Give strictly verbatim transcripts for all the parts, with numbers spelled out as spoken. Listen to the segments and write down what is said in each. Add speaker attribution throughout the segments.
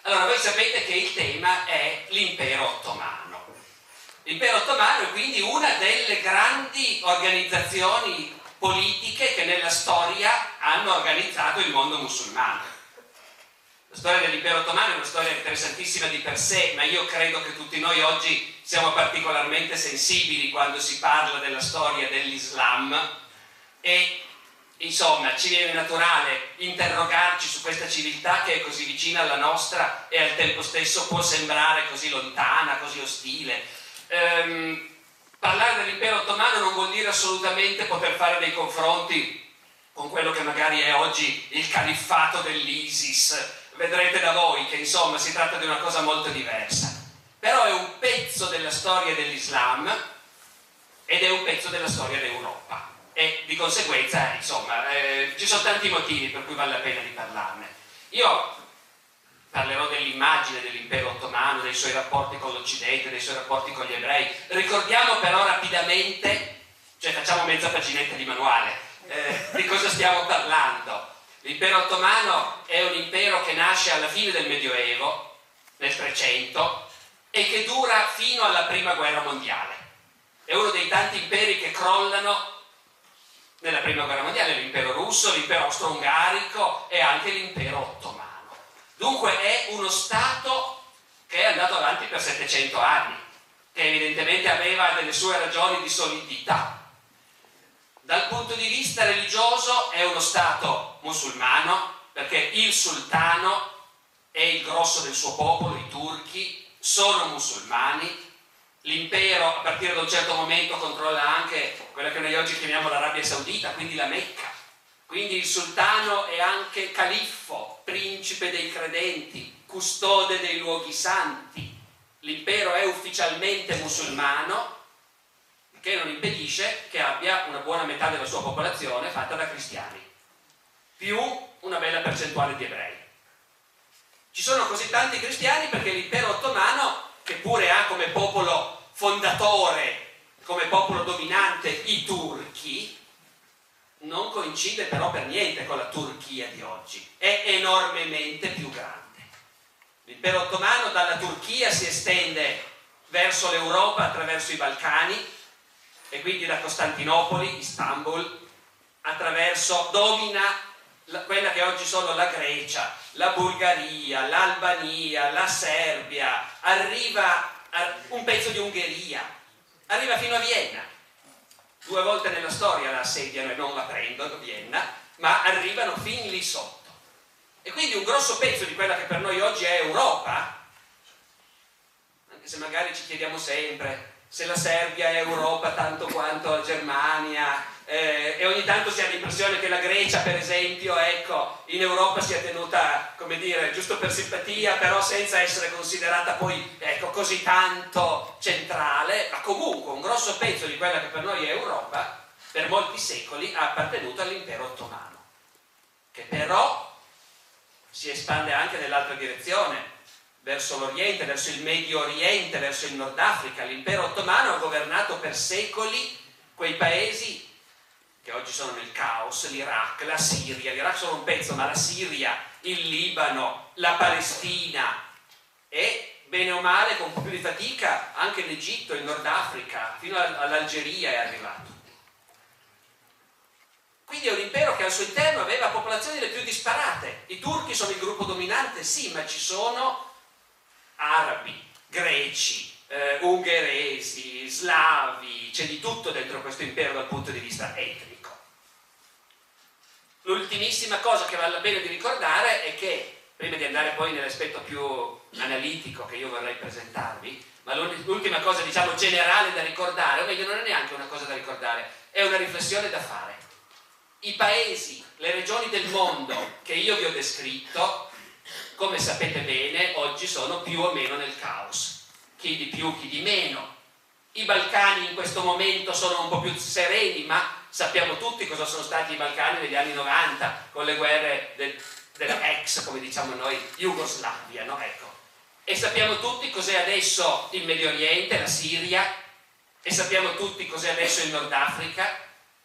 Speaker 1: Allora, voi sapete che il tema è l'impero ottomano. L'impero ottomano è quindi una delle grandi organizzazioni politiche che nella storia hanno organizzato il mondo musulmano. La storia dell'impero ottomano è una storia interessantissima di per sé, ma io credo che tutti noi oggi siamo particolarmente sensibili quando si parla della storia dell'Islam e insomma ci viene naturale interrogarci su questa civiltà che è così vicina alla nostra e al tempo stesso può sembrare così lontana, così ostile. Ehm, parlare dell'impero ottomano non vuol dire assolutamente poter fare dei confronti con quello che magari è oggi il califfato dell'ISIS. Vedrete da voi che insomma si tratta di una cosa molto diversa, però è un pezzo della storia dell'Islam ed è un pezzo della storia d'Europa e di conseguenza insomma eh, ci sono tanti motivi per cui vale la pena di parlarne. Io parlerò dell'immagine dell'impero ottomano, dei suoi rapporti con l'Occidente, dei suoi rapporti con gli ebrei. Ricordiamo però rapidamente, cioè facciamo mezza paginetta di manuale, eh, di cosa stiamo parlando. L'impero ottomano è un impero che nasce alla fine del Medioevo, nel trecento, e che dura fino alla Prima Guerra Mondiale. È uno dei tanti imperi che crollano nella Prima Guerra Mondiale, l'impero russo, l'impero austro-ungarico e anche l'impero ottomano. Dunque è uno Stato che è andato avanti per settecento anni, che evidentemente aveva delle sue ragioni di solidità. Dal punto di vista religioso è uno Stato musulmano, perché il sultano e il grosso del suo popolo, i turchi, sono musulmani. L'impero a partire da un certo momento controlla anche quella che noi oggi chiamiamo l'Arabia Saudita, quindi la Mecca. Quindi il sultano è anche califfo, principe dei credenti, custode dei luoghi santi. L'impero è ufficialmente musulmano, che non impedisce che abbia una buona metà della sua popolazione fatta da cristiani, più una bella percentuale di ebrei. Ci sono così tanti cristiani perché l'impero ottomano, che pure ha come popolo fondatore, come popolo dominante i turchi, non coincide però per niente con la Turchia di oggi, è enormemente più grande. L'impero ottomano dalla Turchia si estende verso l'Europa attraverso i Balcani e quindi da Costantinopoli, Istanbul, attraverso, domina la, quella che oggi sono la Grecia, la Bulgaria, l'Albania, la Serbia, arriva a un pezzo di Ungheria, arriva fino a Vienna. Due volte nella storia la assediano e non la prendono, Vienna, ma arrivano fin lì sotto. E quindi un grosso pezzo di quella che per noi oggi è Europa, anche se magari ci chiediamo sempre se la Serbia è Europa tanto quanto la Germania, eh, e ogni tanto si ha l'impressione che la Grecia, per esempio, ecco, in Europa sia tenuta, come dire, giusto per simpatia, però senza essere considerata poi, ecco, così tanto centrale, ma comunque un grosso pezzo di quella che per noi è Europa, per molti secoli ha appartenuto all'impero ottomano, che però si espande anche nell'altra direzione, verso l'Oriente, verso il Medio Oriente, verso il Nord Africa. L'impero ottomano ha governato per secoli quei paesi che oggi sono nel caos, l'Iraq, la Siria, l'Iraq solo un pezzo, ma la Siria, il Libano, la Palestina e, bene o male, con un po' più di fatica, anche l'Egitto, il Nord Africa, fino all'Algeria è arrivato. Quindi è un impero che al suo interno aveva popolazioni le più disparate. I turchi sono il gruppo dominante, sì, ma ci sono arabi, greci, eh, ungheresi, slavi, c'è di tutto dentro questo impero dal punto di vista etnico. L'ultimissima cosa che vale la pena di ricordare è che, prima di andare poi nell'aspetto più analitico che io vorrei presentarvi, ma l'ultima cosa diciamo generale da ricordare, o meglio non è neanche una cosa da ricordare, è una riflessione da fare. I paesi, le regioni del mondo che io vi ho descritto, come sapete bene, oggi sono più o meno nel caos, chi di più, chi di meno. I Balcani in questo momento sono un po' più sereni, ma sappiamo tutti cosa sono stati i Balcani negli anni novanta, con le guerre del, della ex, come diciamo noi, Jugoslavia, no? Ecco. E sappiamo tutti cos'è adesso il Medio Oriente, la Siria, e sappiamo tutti cos'è adesso il Nord Africa.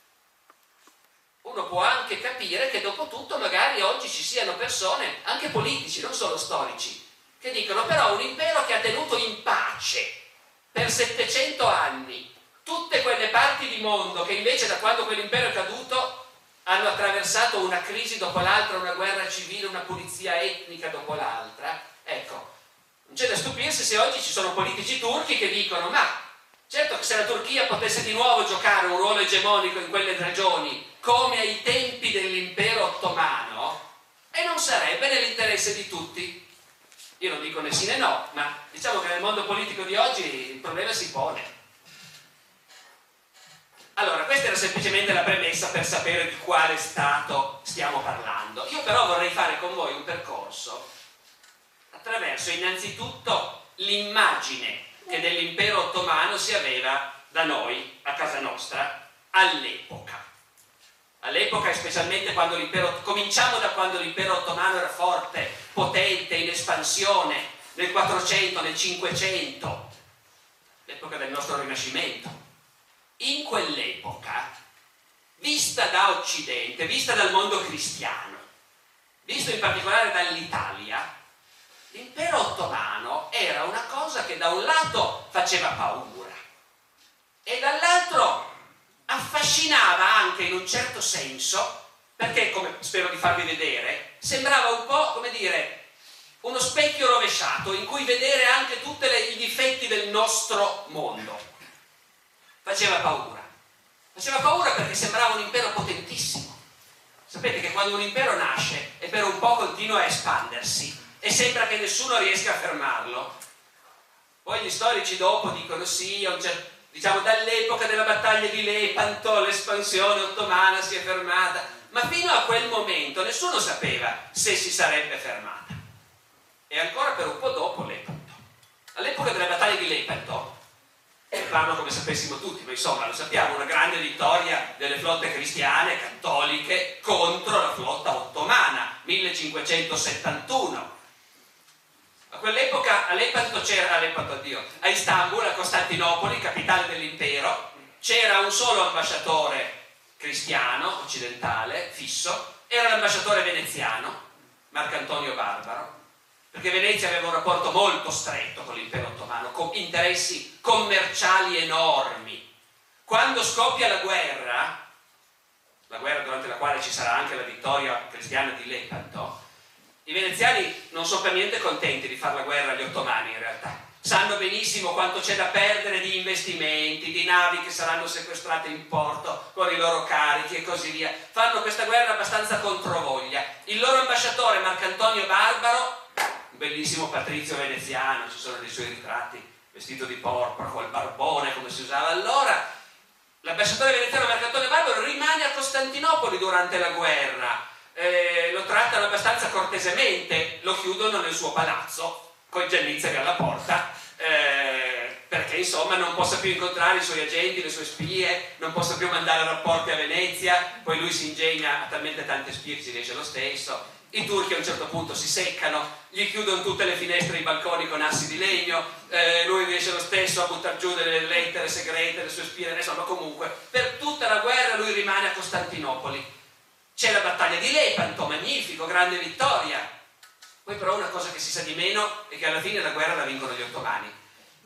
Speaker 1: Uno può anche capire che dopo tutto magari oggi ci siano persone, anche politici, non solo storici, che dicono però un impero che ha tenuto in pace per settecento anni tutte quelle parti di mondo che invece da quando quell'impero è caduto hanno attraversato una crisi dopo l'altra, una guerra civile, una pulizia etnica dopo l'altra. Ecco, non c'è da stupirsi se oggi ci sono politici turchi che dicono ma certo che se la Turchia potesse di nuovo giocare un ruolo egemonico in quelle regioni come ai tempi dell'impero ottomano, e non sarebbe nell'interesse di tutti. Io non dico né sì né no, ma diciamo che nel mondo politico di oggi il problema si pone. Allora, questa era semplicemente la premessa per sapere di quale Stato stiamo parlando. Io però vorrei fare con voi un percorso attraverso innanzitutto l'immagine che dell'impero ottomano si aveva da noi, a casa nostra, all'epoca. All'epoca, e specialmente quando l'impero, cominciamo da quando l'impero ottomano era forte, potente, in espansione, nel quattrocento, nel cinquecento, l'epoca del nostro Rinascimento. In quell'epoca, vista da Occidente, vista dal mondo cristiano, visto in particolare dall'Italia, l'impero ottomano era una cosa che da un lato faceva paura e dall'altro affascinava anche in un certo senso, perché, come spero di farvi vedere, sembrava un po', come dire, uno specchio rovesciato in cui vedere anche tutti i difetti del nostro mondo. Faceva paura. Faceva paura perché sembrava un impero potentissimo. Sapete che quando un impero nasce e per un po' continua a espandersi e sembra che nessuno riesca a fermarlo, poi gli storici dopo dicono sì, diciamo dall'epoca della battaglia di Lepanto l'espansione ottomana si è fermata, ma fino a quel momento nessuno sapeva se si sarebbe fermata. E ancora per un po' dopo Lepanto. All'epoca della battaglia di Lepanto, parlo come sapessimo tutti, ma insomma lo sappiamo, una grande vittoria delle flotte cristiane, cattoliche, contro la flotta ottomana, millecinquecentosettantuno. A quell'epoca a Lepanto c'era, a Lepanto, addio, a Istanbul, a Costantinopoli, capitale dell'impero, c'era un solo ambasciatore cristiano, occidentale, fisso, era l'ambasciatore veneziano, Marcantonio Barbaro, perché Venezia aveva un rapporto molto stretto con l'impero ottomano, con interessi commerciali enormi. Quando scoppia la guerra, la guerra durante la quale ci sarà anche la vittoria cristiana di Lepanto, i veneziani non sono per niente contenti di fare la guerra agli ottomani in realtà. Sanno benissimo quanto c'è da perdere di investimenti, di navi che saranno sequestrate in porto con i loro carichi e così via. Fanno questa guerra abbastanza controvoglia. Il loro ambasciatore Marcantonio Barbaro, un bellissimo patrizio veneziano, ci sono dei suoi ritratti, vestito di porpora, col barbone come si usava allora, l'ambasciatore veneziano Marcantonio Barbaro rimane a Costantinopoli durante la guerra, eh, lo trattano abbastanza cortesemente, lo chiudono nel suo palazzo con i giannizzeri alla porta, eh, perché insomma non possa più incontrare i suoi agenti, le sue spie, non possa più mandare rapporti a Venezia, poi lui si ingegna a talmente tante spie che ci riesce lo stesso. I turchi a un certo punto si seccano, gli chiudono tutte le finestre e i balconi con assi di legno, eh, lui riesce lo stesso a buttare giù delle lettere segrete, le sue spie, insomma comunque per tutta la guerra lui rimane a Costantinopoli. C'è la battaglia di Lepanto, magnifico, grande vittoria. Poi però una cosa che si sa di meno è che alla fine la guerra la vincono gli ottomani,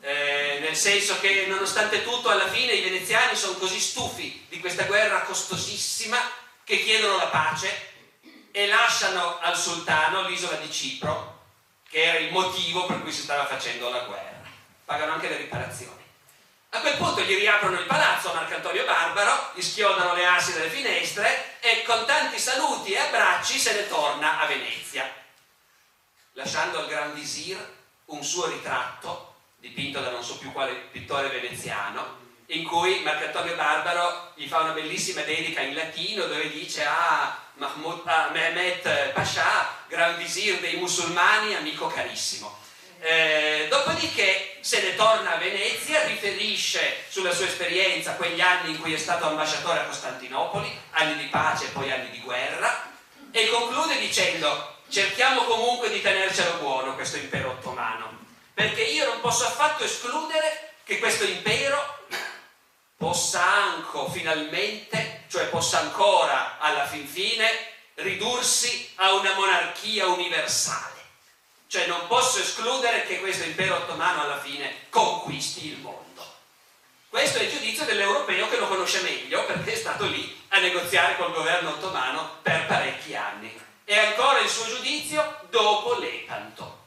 Speaker 1: eh, nel senso che nonostante tutto alla fine i veneziani sono così stufi di questa guerra costosissima che chiedono la pace e lasciano al sultano l'isola di Cipro, che era il motivo per cui si stava facendo la guerra. Pagano anche le riparazioni. A quel punto gli riaprono il palazzo a Marcantonio Barbaro, gli schiodano le assi dalle finestre e con tanti saluti e abbracci se ne torna a Venezia, lasciando al Gran Visir un suo ritratto dipinto da non so più quale pittore veneziano, in cui Marcantonio Barbaro gli fa una bellissima dedica in latino dove dice ah, Mahmoud, ah, Mehmet Pascià, Gran Visir dei musulmani, amico carissimo. Eh, dopodiché se ne torna a Venezia, riferisce sulla sua esperienza quegli anni in cui è stato ambasciatore a Costantinopoli, anni di pace e poi anni di guerra, e conclude dicendo cerchiamo comunque di tenercelo buono questo impero ottomano, perché io non posso affatto escludere che questo impero possa anche finalmente, cioè possa ancora alla fin fine ridursi a una monarchia universale. Cioè non posso escludere che questo impero ottomano alla fine conquisti il mondo. Questo è il giudizio dell'europeo che lo conosce meglio, perché è stato lì a negoziare col governo ottomano per parecchi anni. E ancora il suo giudizio dopo Lepanto.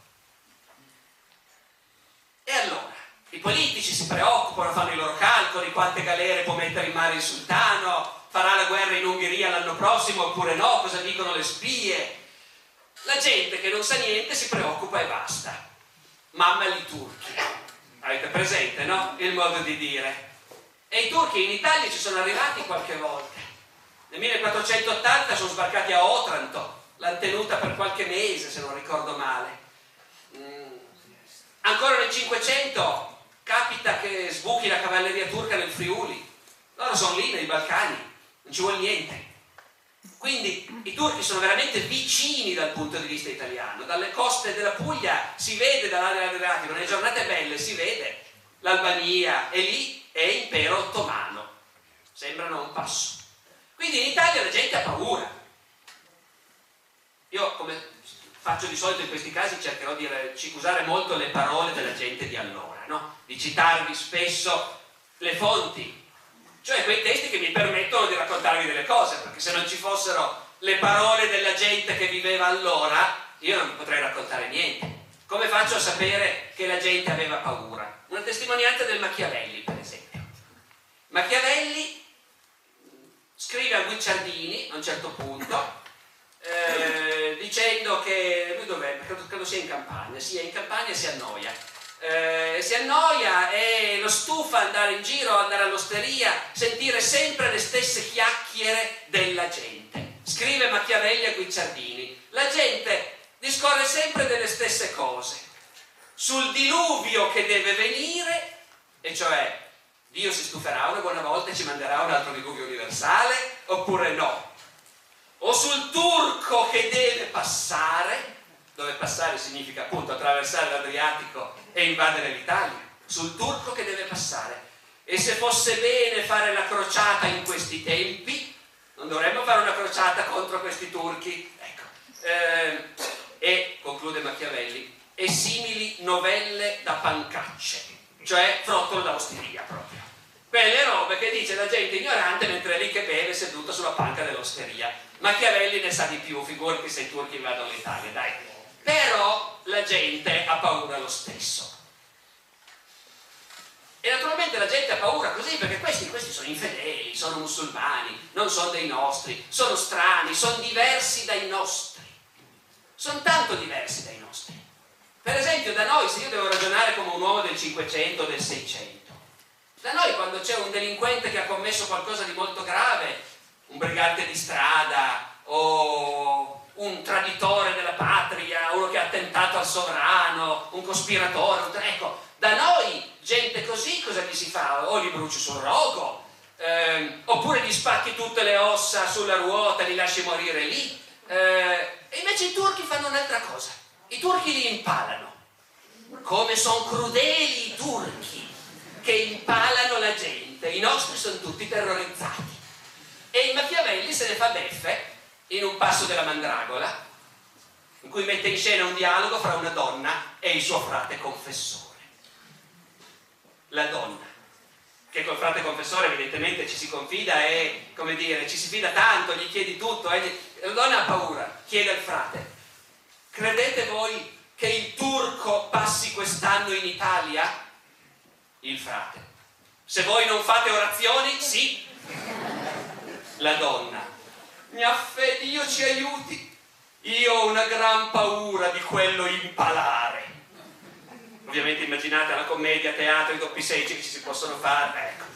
Speaker 1: E allora, i politici si preoccupano, fanno i loro calcoli, quante galere può mettere in mare il sultano, farà la guerra in Ungheria l'anno prossimo oppure no, cosa dicono le spie. La gente che non sa niente si preoccupa e basta. Mamma li turchi. Avete presente, no? Il modo di dire. E i turchi in Italia ci sono arrivati qualche volta. Nel millequattrocentottanta sono sbarcati a Otranto, l'hanno tenuta per qualche mese, se non ricordo male. Mm. Ancora nel Cinquecento capita che sbuchi la cavalleria turca nel Friuli. Loro sono lì nei Balcani, non ci vuole niente. Quindi i turchi sono veramente vicini dal punto di vista italiano. Dalle coste della Puglia si vede, dall'area dell'Adriatico, nelle giornate belle si vede l'Albania, e lì è impero ottomano. Sembrano a un passo. Quindi in Italia la gente ha paura. Io, come faccio di solito in questi casi, cercherò di usare molto le parole della gente di allora, no? Di citarvi spesso le fonti, cioè quei testi che mi permettono di raccontarvi delle cose, perché se non ci fossero le parole della gente che viveva allora, io non potrei raccontare niente. Come faccio a sapere che la gente aveva paura? Una testimonianza del Machiavelli, per esempio. Machiavelli scrive a Guicciardini a un certo punto, eh, dicendo che lui dov'è? Credo, credo sia in Campania, sì, è in Campania e si annoia. Eh, si annoia e lo stufa andare in giro, andare all'osteria, sentire sempre le stesse chiacchiere della gente. Scrive Machiavelli a Guicciardini: la gente discorre sempre delle stesse cose, sul diluvio che deve venire, e cioè Dio si stuferà una buona volta e ci manderà un altro diluvio universale oppure no, o sul turco che deve passare, dove passare significa appunto attraversare l'Adriatico e invadere l'Italia, sul turco che deve passare. E se fosse bene fare la crociata in questi tempi, non dovremmo fare una crociata contro questi turchi, ecco. Eh, e, conclude Machiavelli, e simili novelle da pancacce, cioè frottolo da osteria proprio. Quelle robe che dice la gente ignorante mentre è lì che beve seduta sulla panca dell'osteria. Machiavelli ne sa di più, figurati se i turchi invadono l'Italia, dai. Però la gente ha paura lo stesso. E naturalmente la gente ha paura così perché questi, questi sono infedeli, sono musulmani, non sono dei nostri, sono strani, sono diversi dai nostri. Sono tanto diversi dai nostri. Per esempio da noi, se io devo ragionare come un uomo del Cinquecento o del Seicento, da noi quando c'è un delinquente che ha commesso qualcosa di molto grave, un brigante di strada o un traditore della patria, uno che ha attentato al sovrano, un cospiratore, un... ecco, da noi gente così cosa gli si fa? O li bruci sul rogo, eh, oppure gli spacchi tutte le ossa sulla ruota e li lasci morire lì. Eh, e invece i turchi fanno un'altra cosa, i turchi li impalano. Come sono crudeli i turchi che impalano la gente, i nostri sono tutti terrorizzati. E il Machiavelli se ne fa beffe in Un passo della mandragola, in cui mette in scena un dialogo fra una donna e il suo frate confessore. La donna, che col frate confessore evidentemente ci si confida e, come dire, ci si fida tanto, gli chiedi tutto, eh? La donna ha paura, chiede al frate: credete voi che il turco passi quest'anno in Italia? Il frate: se voi non fate orazioni, sì. La donna: mia fede, Dio ci aiuti, io ho una gran paura di quello impalare. Ovviamente immaginate la commedia, teatro, i doppi seggi che ci si possono fare, ecco.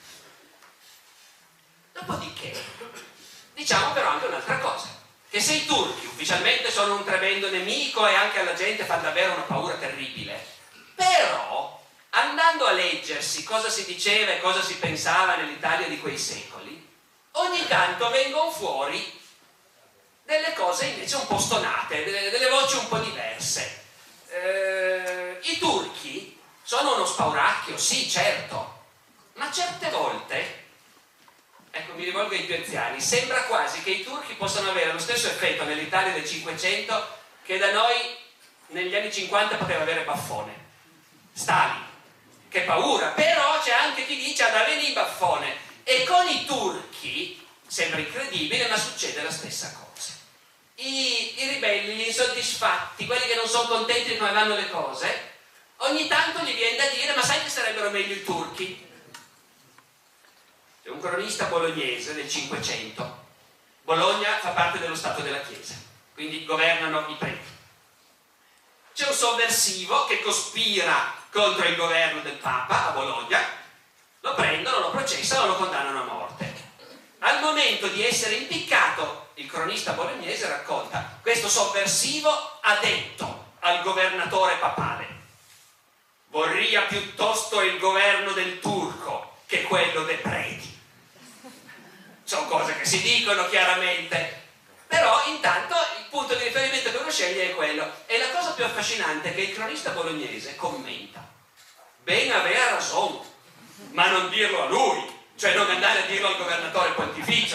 Speaker 1: Dopodiché diciamo però anche un'altra cosa, che se i turchi ufficialmente sono un tremendo nemico e anche alla gente fanno davvero una paura terribile, però andando a leggersi cosa si diceva e cosa si pensava nell'Italia di quei secoli, ogni tanto vengono fuori delle cose invece un po' stonate, delle, delle voci un po' diverse. Eh, i turchi sono uno spauracchio, sì, certo, ma certe volte, ecco, mi rivolgo ai più anziani, sembra quasi che i turchi possano avere lo stesso effetto nell'Italia del Cinquecento che da noi negli anni cinquanta poteva avere baffone. Stalin, che paura, però c'è anche chi dice ad avere baffone. E con i turchi sembra incredibile, ma succede la stessa cosa. I, i ribelli, gli insoddisfatti, quelli che non sono contenti di come vanno le cose, ogni tanto gli viene da dire: ma sai che sarebbero meglio i turchi? C'è un cronista bolognese del Cinquecento. Bologna fa parte dello Stato della Chiesa, quindi governano i preti. C'è un sovversivo che cospira contro il governo del Papa a Bologna, lo prendono, lo processano, lo condannano a morte. Al momento di essere impiccato, il cronista bolognese racconta: questo sovversivo ha detto al governatore papale: vorria piuttosto il governo del turco che quello dei preti. Sono cose che si dicono chiaramente, però intanto il punto di riferimento che uno sceglie è quello. E la cosa più affascinante è che il cronista bolognese commenta: ben aveva ragione, ma non dirlo a lui, cioè non andare a dirlo al governatore pontificio.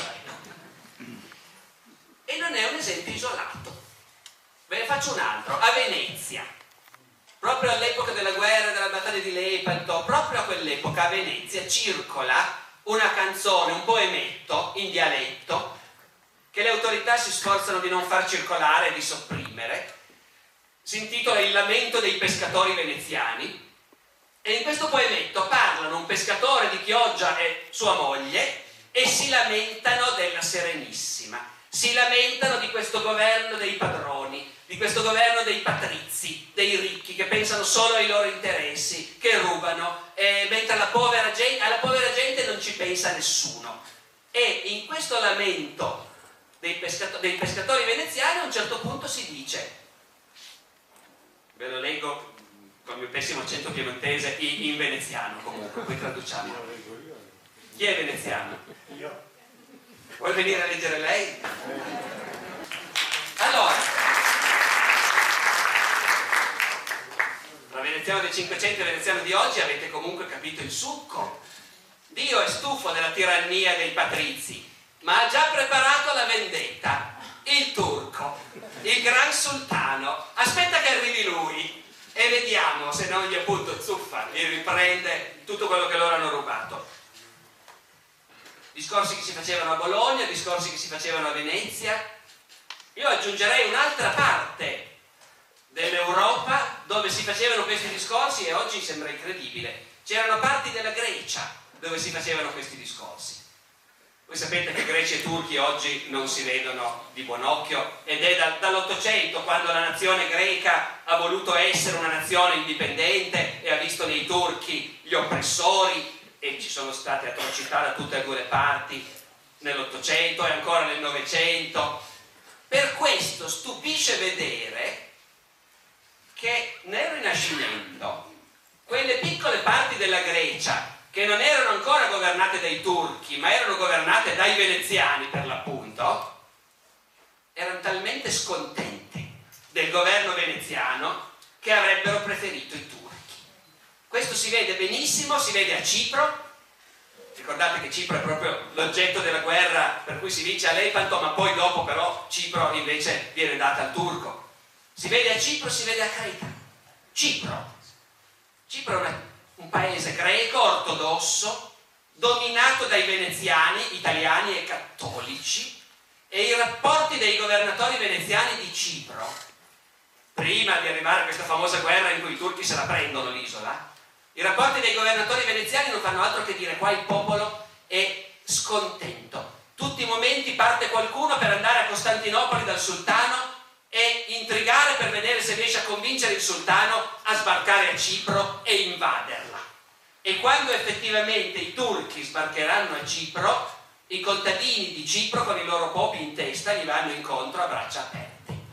Speaker 1: E non è un esempio isolato. Ve ne faccio un altro. A Venezia, proprio all'epoca della guerra, della battaglia di Lepanto, proprio a quell'epoca a Venezia circola una canzone, un poemetto in dialetto che le autorità si sforzano di non far circolare e di sopprimere. Si intitola Il lamento dei pescatori veneziani, e in questo poemetto parlano un pescatore di Chioggia e sua moglie e si lamentano della Serenissima, si lamentano di questo governo dei padroni, di questo governo dei patrizi, dei ricchi che pensano solo ai loro interessi, che rubano, eh, mentre alla povera, gente, alla povera gente non ci pensa nessuno. E in questo lamento dei, pescato, dei pescatori veneziani a un certo punto si dice, ve lo leggo con il mio pessimo accento piemontese in, in veneziano, comunque poi traduciamo. Chi è veneziano?
Speaker 2: Io.
Speaker 1: Vuoi venire a leggere lei? Allora, tra veneziano del Cinquecento e veneziano di oggi avete comunque capito il succo. Dio è stufo della tirannia dei patrizi, ma ha già preparato la vendetta. Il turco, il gran sultano, aspetta che arrivi lui e vediamo se non gli appunto zuffa, gli riprende tutto quello che loro hanno rubato. Discorsi che si facevano a Bologna, discorsi che si facevano a Venezia. Io aggiungerei un'altra parte dell'Europa dove si facevano questi discorsi e oggi sembra incredibile. C'erano parti della Grecia dove si facevano questi discorsi. Voi sapete che greci e turchi oggi non si vedono di buon occhio, ed è da, dall'Ottocento, quando la nazione greca ha voluto essere una nazione indipendente e ha visto nei turchi gli oppressori, e ci sono state atrocità da tutte e due le parti nell'Ottocento e ancora nel Novecento. Per questo stupisce vedere che nel Rinascimento quelle piccole parti della Grecia che non erano ancora governate dai turchi ma erano governate dai veneziani per l'appunto, erano talmente scontente del governo veneziano che avrebbero preferito i turchi. Questo si vede benissimo, si vede a Cipro. Ricordate che Cipro è proprio l'oggetto della guerra per cui si vince a Lepanto, ma poi dopo però Cipro invece viene data al turco. Si vede a Cipro, si vede a Creta. Cipro. Cipro è una, un paese greco ortodosso dominato dai veneziani, italiani e cattolici, e i rapporti dei governatori veneziani di Cipro, prima di arrivare a questa famosa guerra in cui i turchi se la prendono l'isola, i rapporti dei governatori veneziani non fanno altro che dire: qua il popolo è scontento. Tutti i momenti parte qualcuno per andare a Costantinopoli dal sultano e intrigare per vedere se riesce a convincere il sultano a sbarcare a Cipro e invaderla. E quando effettivamente i turchi sbarcheranno a Cipro, i contadini di Cipro con i loro popi in testa gli vanno incontro a braccia aperte.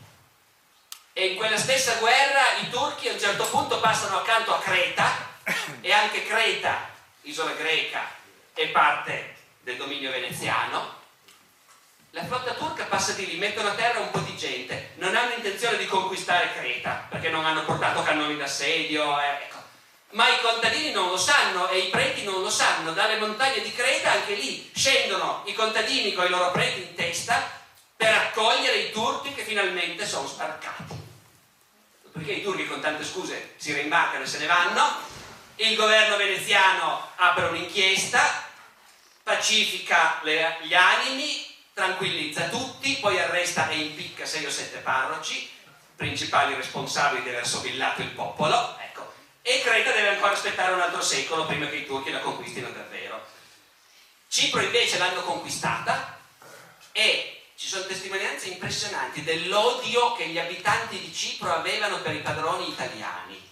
Speaker 1: E in quella stessa guerra i turchi a un certo punto passano accanto a Creta, e anche Creta, isola greca, è parte del dominio veneziano. La flotta turca passa di lì, mettono a terra un po' di gente, non hanno intenzione di conquistare Creta perché non hanno portato cannoni d'assedio, eh, ecco. Ma i contadini non lo sanno e i preti non lo sanno. Dalle montagne di Creta anche lì scendono i contadini con i loro preti in testa per accogliere i turchi che finalmente sono sbarcati. Dopodiché i turchi con tante scuse si rimbarcano e se ne vanno, il governo veneziano apre un'inchiesta, pacifica le, gli animi, tranquillizza tutti, poi arresta e impicca sei o sette parroci, principali responsabili di aver sobillato il popolo, ecco, e Creta deve ancora aspettare un altro secolo prima che i turchi la conquistino davvero. Cipro invece l'hanno conquistata e ci sono testimonianze impressionanti dell'odio che gli abitanti di Cipro avevano per i padroni italiani.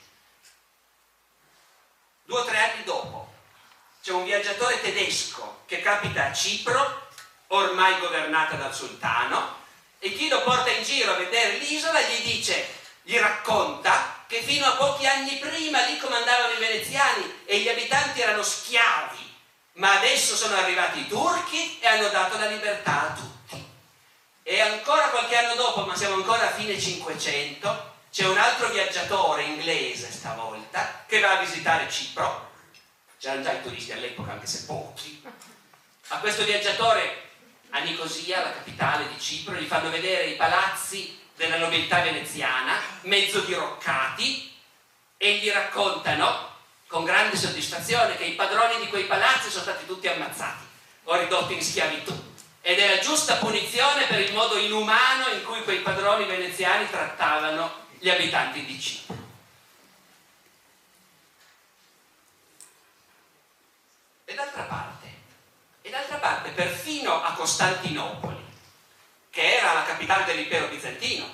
Speaker 1: Due o tre anni dopo c'è un viaggiatore tedesco che capita a Cipro, ormai governata dal sultano, e chi lo porta in giro a vedere l'isola gli dice, gli racconta che fino a pochi anni prima lì comandavano i veneziani e gli abitanti erano schiavi, ma adesso sono arrivati i turchi e hanno dato la libertà a tutti. E ancora qualche anno dopo, ma siamo ancora a fine Cinquecento, c'è un altro viaggiatore inglese stavolta che va a visitare Cipro. C'erano già i turisti all'epoca, anche se pochi. A questo viaggiatore a Nicosia, la capitale di Cipro, gli fanno vedere i palazzi della nobiltà veneziana, mezzo diroccati, e gli raccontano con grande soddisfazione che i padroni di quei palazzi sono stati tutti ammazzati o ridotti in schiavitù, ed è la giusta punizione per il modo inumano in cui quei padroni veneziani trattavano gli abitanti di Cipro. E d'altra parte, e d'altra parte, perfino a Costantinopoli, che era la capitale dell'impero bizantino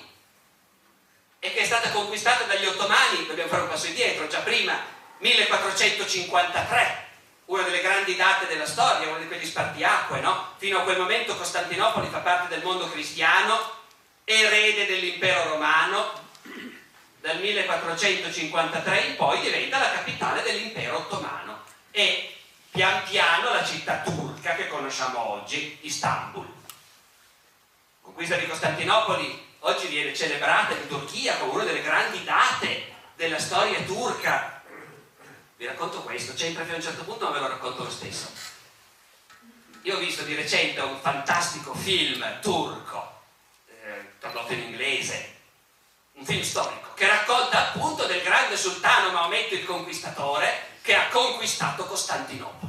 Speaker 1: e che è stata conquistata dagli ottomani, dobbiamo fare un passo indietro, già prima, millequattrocentocinquantatré, una delle grandi date della storia, uno di quegli spartiacque, no? Fino a quel momento Costantinopoli fa parte del mondo cristiano, erede dell'impero romano. Dal millequattrocentocinquantatré in poi diventa la capitale dell'impero ottomano e pian piano la città turca che conosciamo oggi, Istanbul. La conquista di Costantinopoli oggi viene celebrata in Turchia come una delle grandi date della storia turca. Vi racconto questo, c'entra fino a un certo punto, ma ve lo racconto lo stesso. Io ho visto di recente un fantastico film turco, eh, tradotto in inglese, un film storico, che racconta appunto del grande sultano Maometto il Conquistatore che ha conquistato Costantinopoli.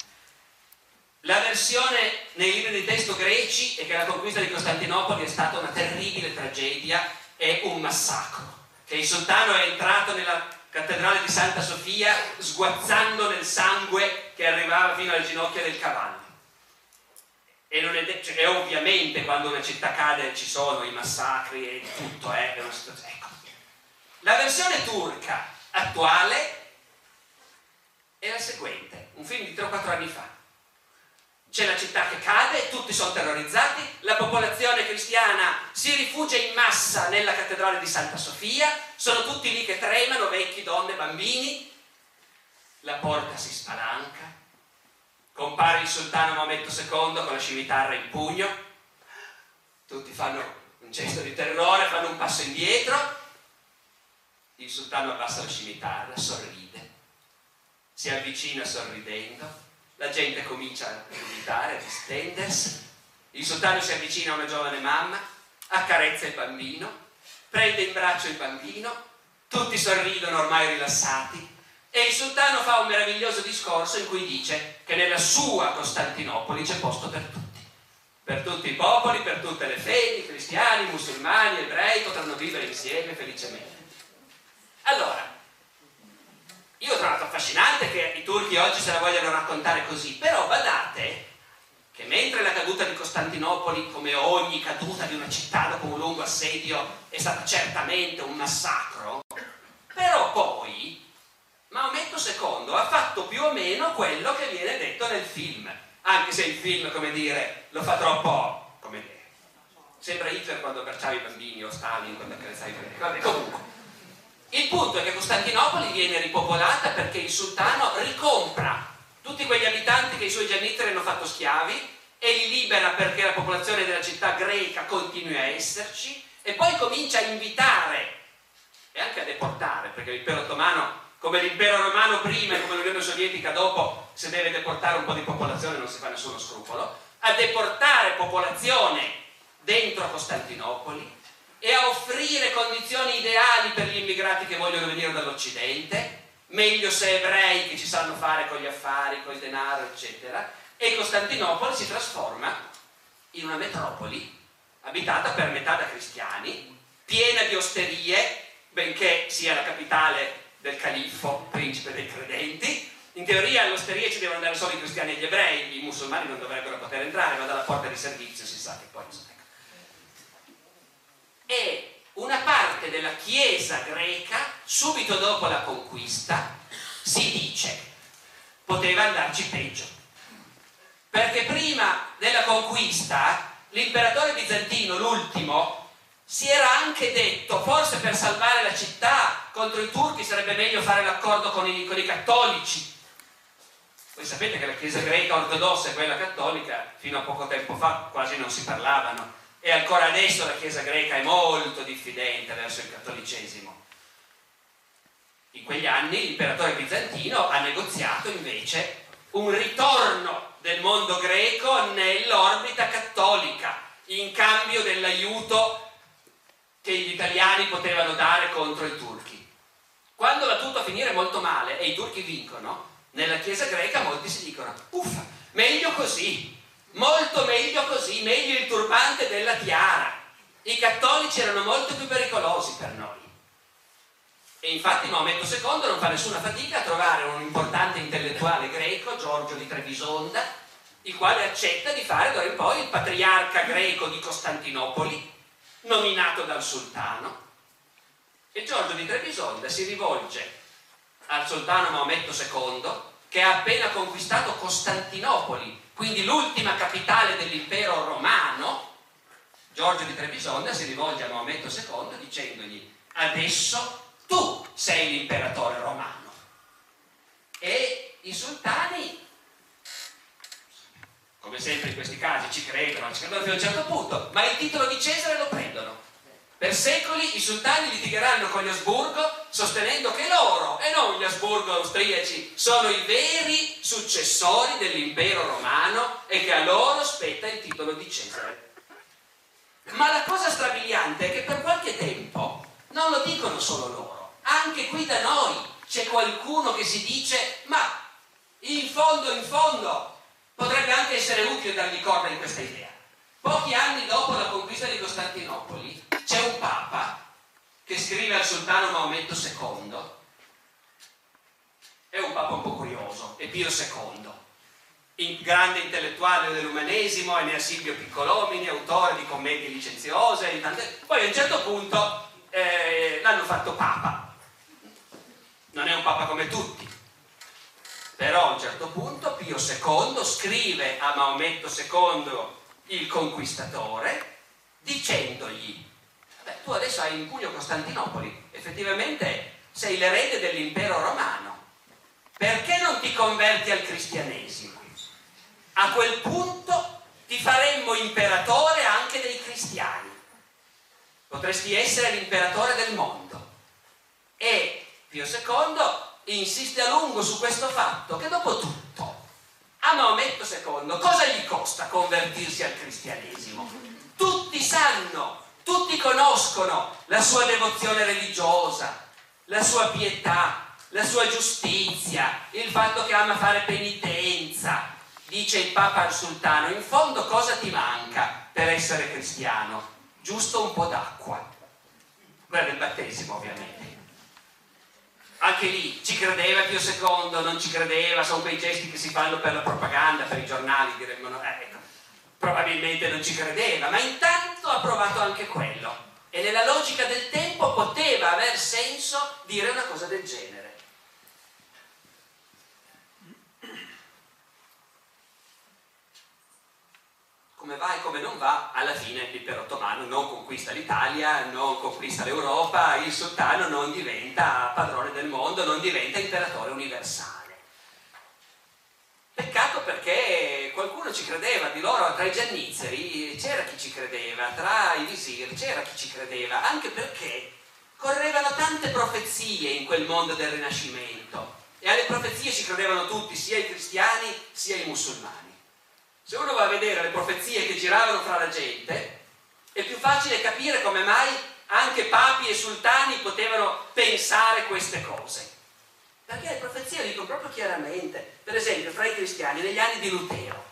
Speaker 1: La versione nei libri di testo greci è che la conquista di Costantinopoli è stata una terribile tragedia e un massacro, che il sultano è entrato nella cattedrale di Santa Sofia sguazzando nel sangue che arrivava fino alle ginocchia del cavallo. E, non è de- cioè, e ovviamente quando una città cade ci sono i massacri e tutto, eh, è una situazione. Ecco. La versione turca attuale è la seguente, un film di tre o quattro anni fa. C'è la città che cade, tutti sono terrorizzati, la popolazione cristiana si rifugia in massa nella cattedrale di Santa Sofia, sono tutti lì che tremano, vecchi, donne, bambini, la porta si spalanca, compare il sultano Maometto secondo con la scimitarra in pugno, tutti fanno un gesto di terrore, fanno un passo indietro, il sultano abbassa la scimitarra, sorride, si avvicina sorridendo, la gente comincia a gridare, a distendersi, il sultano si avvicina a una giovane mamma, accarezza il bambino, prende in braccio il bambino, tutti sorridono ormai rilassati, e il sultano fa un meraviglioso discorso in cui dice che nella sua Costantinopoli c'è posto per tutti, per tutti i popoli, per tutte le fedi, cristiani, musulmani, ebrei, potranno vivere insieme felicemente. Allora, io ho trovato affascinante che i turchi oggi se la vogliano raccontare così, però badate che mentre la caduta di Costantinopoli, come ogni caduta di una città dopo un lungo assedio, è stata certamente un massacro, però poi Maometto secondo ha fatto più o meno quello che viene detto nel film, anche se il film, come dire, lo fa troppo, come dire, sembra Hitler quando abbracciava i bambini o Stalin quando accarezzava i bambini. Vabbè, comunque, il punto è che Costantinopoli viene ripopolata perché il sultano ricompra tutti quegli abitanti che i suoi giannizzeri hanno fatto schiavi e li libera perché la popolazione della città greca continui a esserci, e poi comincia a invitare e anche a deportare, perché l'impero ottomano, come l'impero romano prima e come l'Unione Sovietica dopo, se deve deportare un po' di popolazione non si fa nessuno scrupolo, a deportare popolazione dentro Costantinopoli, e a offrire condizioni ideali per gli immigrati che vogliono venire dall'Occidente, meglio se ebrei che ci sanno fare con gli affari, con il denaro, eccetera, e Costantinopoli si trasforma in una metropoli abitata per metà da cristiani, piena di osterie, benché sia la capitale del califfo, principe dei credenti. In teoria all'osteria ci devono andare solo i cristiani e gli ebrei, i musulmani non dovrebbero poter entrare, ma dalla porta di servizio si sa che poi... E una parte della Chiesa greca, subito dopo la conquista, si dice poteva andarci peggio, perché prima della conquista l'imperatore bizantino, l'ultimo, si era anche detto forse per salvare la città contro i turchi sarebbe meglio fare l'accordo con i, con i cattolici. Voi sapete che la Chiesa greca ortodossa e quella cattolica fino a poco tempo fa quasi non si parlavano, e ancora adesso la Chiesa greca è molto diffidente verso il cattolicesimo. In quegli anni l'imperatore bizantino ha negoziato invece un ritorno del mondo greco nell'orbita cattolica in cambio dell'aiuto che gli italiani potevano dare contro i turchi. Quando va tutto a finire molto male e i turchi vincono, nella Chiesa greca molti si dicono uffa, meglio così, molto meglio così, meglio il turbante della tiara. I cattolici erano molto più pericolosi per noi. E infatti Maometto secondo non fa nessuna fatica a trovare un importante intellettuale greco, Giorgio di Trebisonda, il quale accetta di fare d'ora in poi il patriarca greco di Costantinopoli, nominato dal sultano. E Giorgio di Trebisonda si rivolge al sultano Maometto secondo, che ha appena conquistato Costantinopoli, quindi l'ultima capitale dell'impero romano. Giorgio di Trebisonda si rivolge a Maometto secondo dicendogli adesso tu sei l'imperatore romano. E i sultani, come sempre in questi casi, ci credono, ci credono fino a un certo punto, ma il titolo di Cesare lo prendono. Per secoli i sultani litigheranno con gli Asburgo sostenendo che loro, e non gli Asburgo austriaci, sono i veri successori dell'impero romano e che a loro spetta il titolo di Cesare. Ma la cosa strabiliante è che per qualche tempo non lo dicono solo loro. Anche qui da noi c'è qualcuno che si dice ma in fondo, in fondo potrebbe anche essere utile dargli corda in questa idea. Pochi anni dopo la conquista di Costantinopoli c'è un papa che scrive al sultano Maometto secondo, è un papa un po' curioso, è Pio secondo, in grande intellettuale dell'umanesimo, è Silvio Piccolomini, autore di commedie licenziose, di tante... poi a un certo punto eh, l'hanno fatto papa. Non è un papa come tutti, però a un certo punto Pio secondo scrive a Maometto secondo, il conquistatore, dicendogli beh, tu adesso hai in pugno Costantinopoli, effettivamente sei l'erede dell'impero romano, perché non ti converti al cristianesimo? A quel punto ti faremmo imperatore anche dei cristiani, potresti essere l'imperatore del mondo. E Pio secondo insiste a lungo su questo fatto che dopo tutto a Maometto secondo cosa gli costa convertirsi al cristianesimo? Tutti sanno, tutti conoscono la sua devozione religiosa, la sua pietà, la sua giustizia, il fatto che ama fare penitenza. Dice il Papa al sultano, in fondo cosa ti manca per essere cristiano? Giusto un po' d'acqua. Quella del battesimo ovviamente. Anche lì ci credeva Pio secondo, non ci credeva, sono quei gesti che si fanno per la propaganda, per i giornali, direbbero, eh, ecco, probabilmente non ci credeva, ma intanto ha provato anche quello. E nella logica del tempo poteva aver senso dire una cosa del genere. Come va e come non va, alla fine l'impero ottomano non conquista l'Italia, non conquista l'Europa, il sultano non diventa padrone del mondo, non diventa imperatore universale. Peccato perché qualcuno ci credeva, di loro tra i giannizzeri c'era chi ci credeva, tra i visiri c'era chi ci credeva, anche perché correvano tante profezie in quel mondo del Rinascimento e alle profezie ci credevano tutti, sia i cristiani sia i musulmani. Se uno va a vedere le profezie che giravano fra la gente, è più facile capire come mai anche papi e sultani potevano pensare queste cose. Perché le profezie lo dicono proprio chiaramente. Per esempio, fra i cristiani, negli anni di Lutero,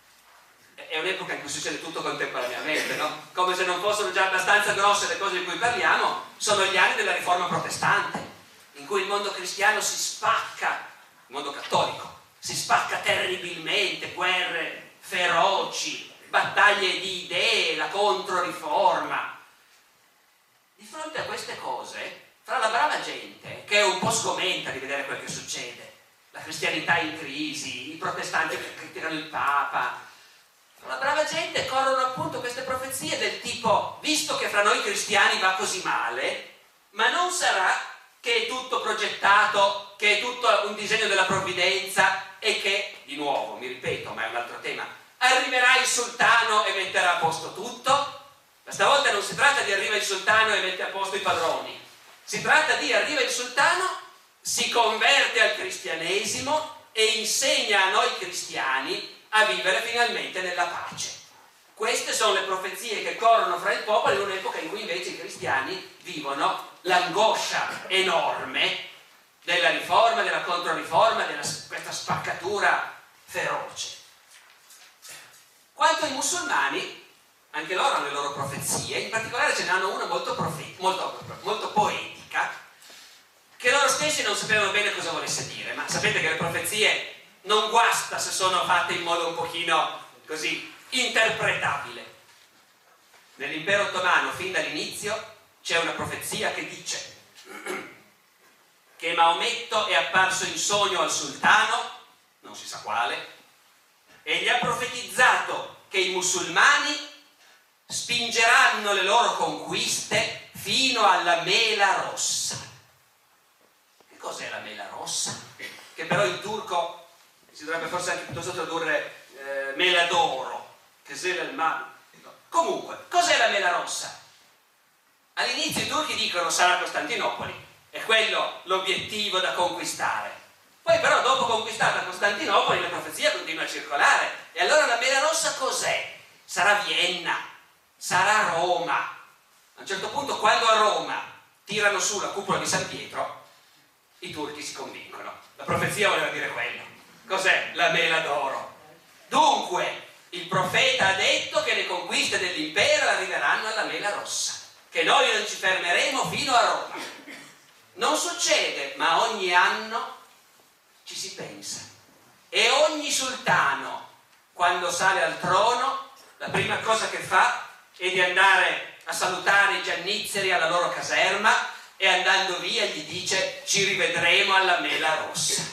Speaker 1: è un'epoca in cui succede tutto contemporaneamente, no? Come se non fossero già abbastanza grosse le cose di cui parliamo, sono gli anni della riforma protestante, in cui il mondo cristiano si spacca, il mondo cattolico, si spacca terribilmente, guerre feroci, battaglie di idee, la controriforma. Di fronte a queste cose, fra la brava gente, che è un po' sgomenta di vedere quel che succede, la cristianità in crisi, i protestanti che criticano il Papa, la brava gente corrono appunto queste profezie del tipo: visto che fra noi cristiani va così male, ma non sarà che è tutto progettato, che è tutto un disegno della provvidenza e che, di nuovo, mi ripeto, ma è un altro tema, arriverà il sultano e metterà a posto tutto? Ma stavolta non si tratta di arriva il sultano e mette a posto i padroni, si tratta di arriva il sultano, si converte al cristianesimo e insegna a noi cristiani a vivere finalmente nella pace. Queste sono le profezie che corrono fra il popolo in un'epoca in cui invece i cristiani vivono l'angoscia enorme della riforma, della controriforma, della questa spaccatura feroce. Quanto ai musulmani, anche loro hanno le loro profezie, in particolare ce ne hanno una molto, profe- molto, molto poetica, che loro stessi non sapevano bene cosa volesse dire, ma sapete che le profezie non guasta se sono fatte in modo un pochino così interpretabile. Nell'impero ottomano, fin dall'inizio, c'è una profezia che dice che Maometto è apparso in sogno al sultano, non si sa quale, e gli ha profetizzato che i musulmani spingeranno le loro conquiste fino alla Mela Rossa. Che cos'è la Mela Rossa? Che però in turco si dovrebbe forse anche piuttosto tradurre eh, mela d'oro, che se il male. Comunque, cos'è la Mela Rossa? All'inizio i turchi dicono sarà Costantinopoli, è quello l'obiettivo da conquistare. Poi però dopo conquistata Costantinopoli la profezia continua a circolare, e allora la Mela Rossa cos'è? Sarà Vienna, sarà Roma. A un certo punto, quando a Roma tirano su la cupola di San Pietro, i turchi si convincono. La profezia voleva dire quello. Cos'è la mela d'oro? Dunque, il profeta ha detto che le conquiste dell'impero arriveranno alla Mela Rossa, che noi non ci fermeremo fino a Roma. Non succede, ma ogni anno ci si pensa. E ogni sultano, quando sale al trono, la prima cosa che fa è di andare a salutare i giannizzeri alla loro caserma e andando via gli dice: ci rivedremo alla Mela Rossa.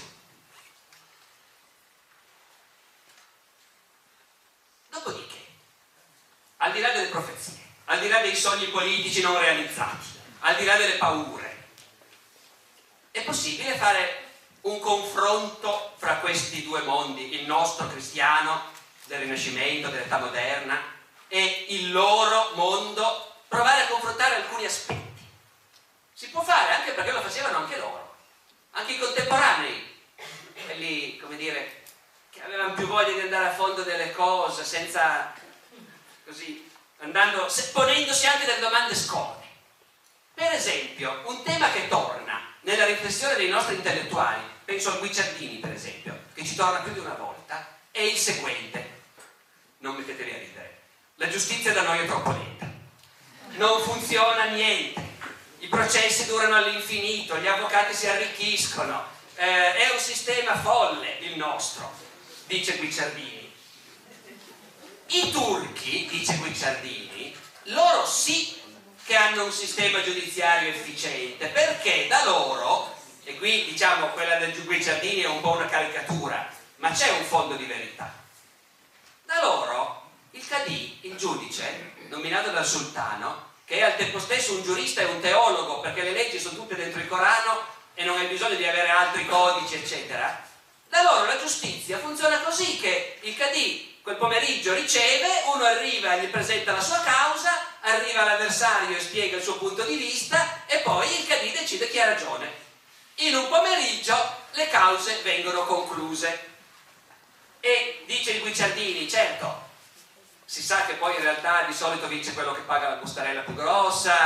Speaker 1: Dopodiché, al di là delle profezie, al di là dei sogni politici non realizzati, al di là delle paure, è possibile fare un confronto fra questi due mondi, il nostro cristiano del Rinascimento, dell'età moderna, e il loro mondo, provare a confrontare alcuni aspetti. Si può fare anche perché lo facevano anche loro, anche i contemporanei, quelli, come dire, che avevano più voglia di andare a fondo delle cose, senza, così, andando, ponendosi anche delle domande scomode. Per esempio, un tema che torna nella riflessione dei nostri intellettuali, penso a Guicciardini per esempio, che ci torna più di una volta, è il seguente: non mettetevi a ridere, la giustizia da noi è troppo lenta, non funziona niente, i processi durano all'infinito, gli avvocati si arricchiscono, eh, è un sistema folle il nostro, dice Guicciardini. I turchi, dice Guicciardini, loro sì che hanno un sistema giudiziario efficiente, perché da loro, e qui diciamo quella del Guicciardini è un po' una caricatura, ma c'è un fondo di verità. Da loro il Qadi, il giudice nominato dal sultano, che è al tempo stesso un giurista e un teologo, perché le leggi sono tutte dentro il Corano e non hai bisogno di avere altri codici eccetera, da loro la giustizia funziona così, che il Qadi quel pomeriggio riceve, uno arriva e gli presenta la sua causa, arriva l'avversario e spiega il suo punto di vista e poi il Qadi decide chi ha ragione. In un pomeriggio le cause vengono concluse. E dice il Guicciardini, certo, si sa che poi in realtà di solito vince quello che paga la bustarella più grossa,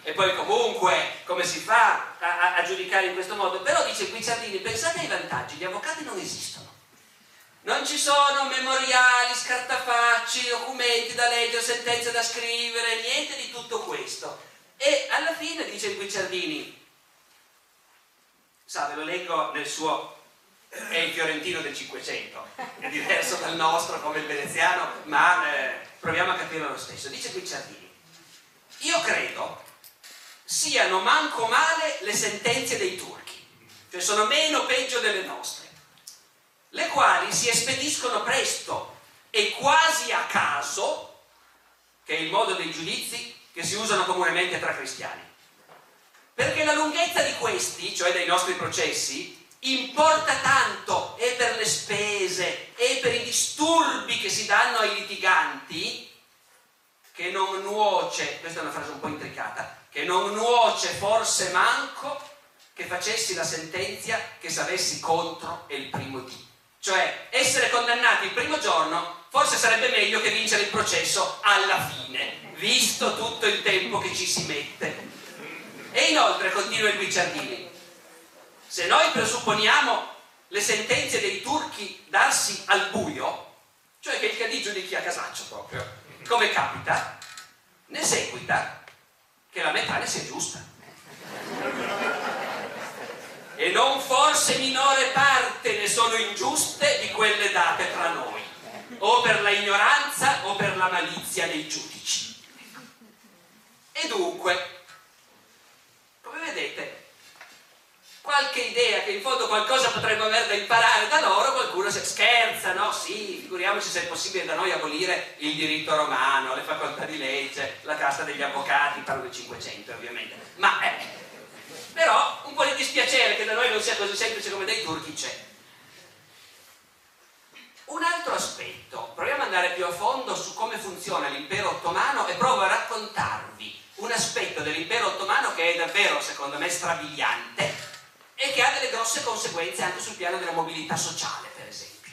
Speaker 1: e poi comunque come si fa a, a, a giudicare in questo modo? Però dice Guicciardini, pensate ai vantaggi, gli avvocati non esistono, non ci sono memoriali, scartafacci, documenti da leggere, sentenze da scrivere, niente di tutto questo. E alla fine dice il Guicciardini, sa, ve lo leggo nel suo, è il fiorentino del Cinquecento, è diverso dal nostro come il veneziano, ma eh, proviamo a capirlo lo stesso. Dice Guicciardini, io credo siano manco male le sentenze dei turchi, cioè sono meno peggio delle nostre, le quali si espediscono presto e quasi a caso, che è il modo dei giudizi che si usano comunemente tra cristiani, perché la lunghezza di questi, cioè dei nostri processi, importa tanto e per le spese e per i disturbi che si danno ai litiganti, che non nuoce, questa è una frase un po' intricata, che non nuoce forse manco che facessi la sentenza che s'avessi contro e il primo dì. Cioè, essere condannati il primo giorno forse sarebbe meglio che vincere il processo alla fine, visto tutto il tempo che ci si mette. E inoltre, continua il Guicciardini, se noi presupponiamo le sentenze dei turchi darsi al buio, cioè che il Cadì giudichi a casaccio proprio, come capita, ne seguita che la metà ne sia giusta. E non forse minore parte ne sono ingiuste di quelle date tra noi, o per la ignoranza o per la malizia dei giudici. E dunque, come vedete, qualche idea che in fondo qualcosa potremmo avere da imparare da loro, qualcuno si scherza, no? Sì, figuriamoci se è possibile da noi abolire il diritto romano, le facoltà di legge, la casta degli avvocati, parlo del Cinquecento ovviamente, ma eh, però un po' di dispiacere che da noi non sia così semplice come dai turchi c'è. Un altro aspetto, proviamo ad andare più a fondo su come funziona l'impero ottomano e provo a raccontarvi un aspetto dell'impero ottomano che è davvero, secondo me, strabiliante e che ha delle grosse conseguenze anche sul piano della mobilità sociale, per esempio.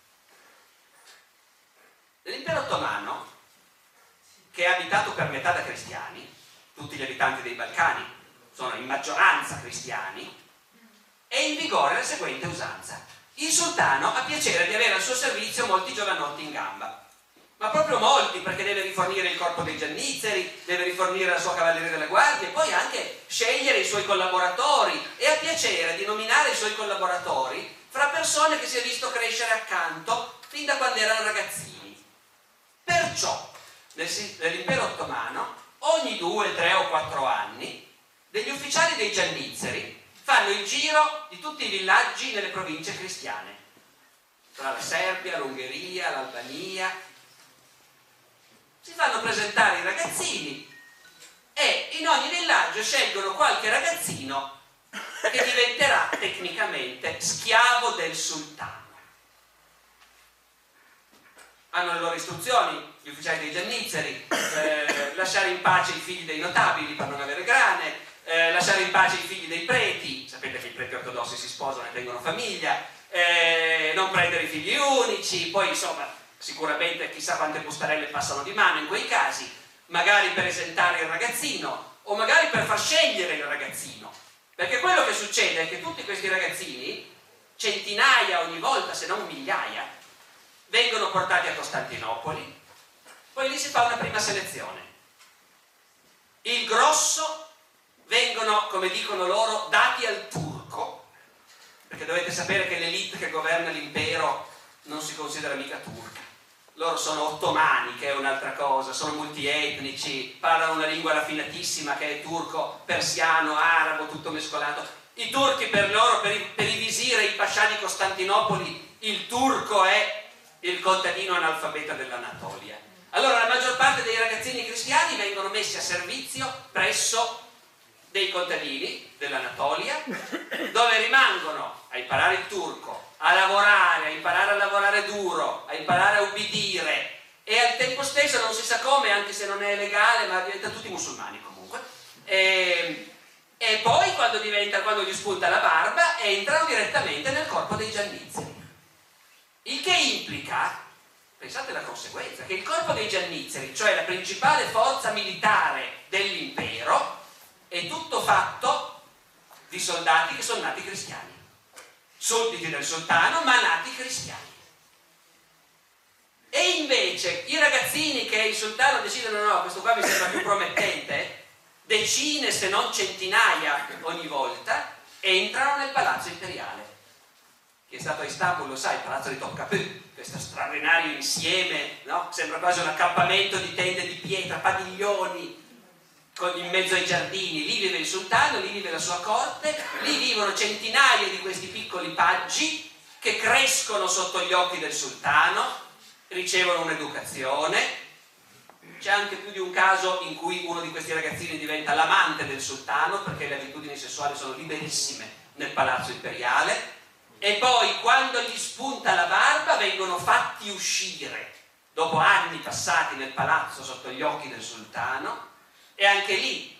Speaker 1: Nell'impero ottomano, che è abitato per metà da cristiani, tutti gli abitanti dei Balcani sono in maggioranza cristiani, è in vigore la seguente usanza. Il sultano ha piacere di avere al suo servizio molti giovanotti in gamba, ma proprio molti, perché deve rifornire il corpo dei giannizzeri, deve rifornire la sua cavalleria della guardia e poi anche scegliere i suoi collaboratori, e ha piacere di nominare i suoi collaboratori fra persone che si è visto crescere accanto fin da quando erano ragazzini. Perciò nell'impero ottomano ogni due, tre o quattro anni degli ufficiali dei giannizzeri fanno il giro di tutti i villaggi nelle province cristiane, tra la Serbia, l'Ungheria, l'Albania. Si fanno presentare i ragazzini e in ogni villaggio scelgono qualche ragazzino che diventerà tecnicamente schiavo del sultano. Hanno le loro istruzioni, gli ufficiali dei giannizzeri, eh, lasciare in pace i figli dei notabili per non avere grane, eh, lasciare in pace i figli dei preti, sapete che i preti ortodossi si sposano e tengono famiglia, eh, non prendere i figli unici, poi insomma sicuramente chissà quante bustarelle passano di mano in quei casi, magari per esentare il ragazzino o magari per far scegliere il ragazzino, perché quello che succede è che tutti questi ragazzini, centinaia ogni volta se non migliaia, vengono portati a Costantinopoli, poi lì si fa una prima selezione. Il grosso vengono, come dicono loro, dati al turco, perché dovete sapere che l'elite che governa l'impero non si considera mica turca. Loro sono ottomani, che è un'altra cosa, sono multietnici, parlano una lingua raffinatissima che è turco, persiano, arabo, tutto mescolato. I turchi per loro, per i, per i visiri, i pascià di Costantinopoli, il turco è il contadino analfabeta dell'Anatolia. Allora la maggior parte dei ragazzini cristiani vengono messi a servizio presso dei contadini dell'Anatolia, dove rimangono a imparare il turco, a lavorare, a imparare a lavorare duro, a imparare a ubbidire, e al tempo stesso non si sa come, anche se non è legale, ma diventano tutti musulmani comunque, e, e poi quando diventa, quando gli spunta la barba, entrano direttamente nel corpo dei giannizzeri, il che implica, pensate alla conseguenza, che il corpo dei giannizzeri, cioè la principale forza militare dell'impero, è tutto fatto di soldati che sono nati cristiani, sudditi del sultano ma nati cristiani. E invece i ragazzini che il sultano decide no, no, questo qua mi sembra più promettente, decine se non centinaia ogni volta, entrano nel palazzo imperiale. Chi è stato a Istanbul lo sa, il palazzo di Topkapı, questo straordinario insieme, no? Sembra quasi un accampamento di tende di pietra, padiglioni con, in mezzo ai giardini. Lì vive il sultano, lì vive la sua corte, lì vivono centinaia di questi piccoli paggi che crescono sotto gli occhi del sultano, ricevono un'educazione. C'è anche più di un caso in cui uno di questi ragazzini diventa l'amante del sultano, perché le abitudini sessuali sono liberissime nel palazzo imperiale. E poi quando gli spunta la barba vengono fatti uscire dopo anni passati nel palazzo sotto gli occhi del sultano, e anche lì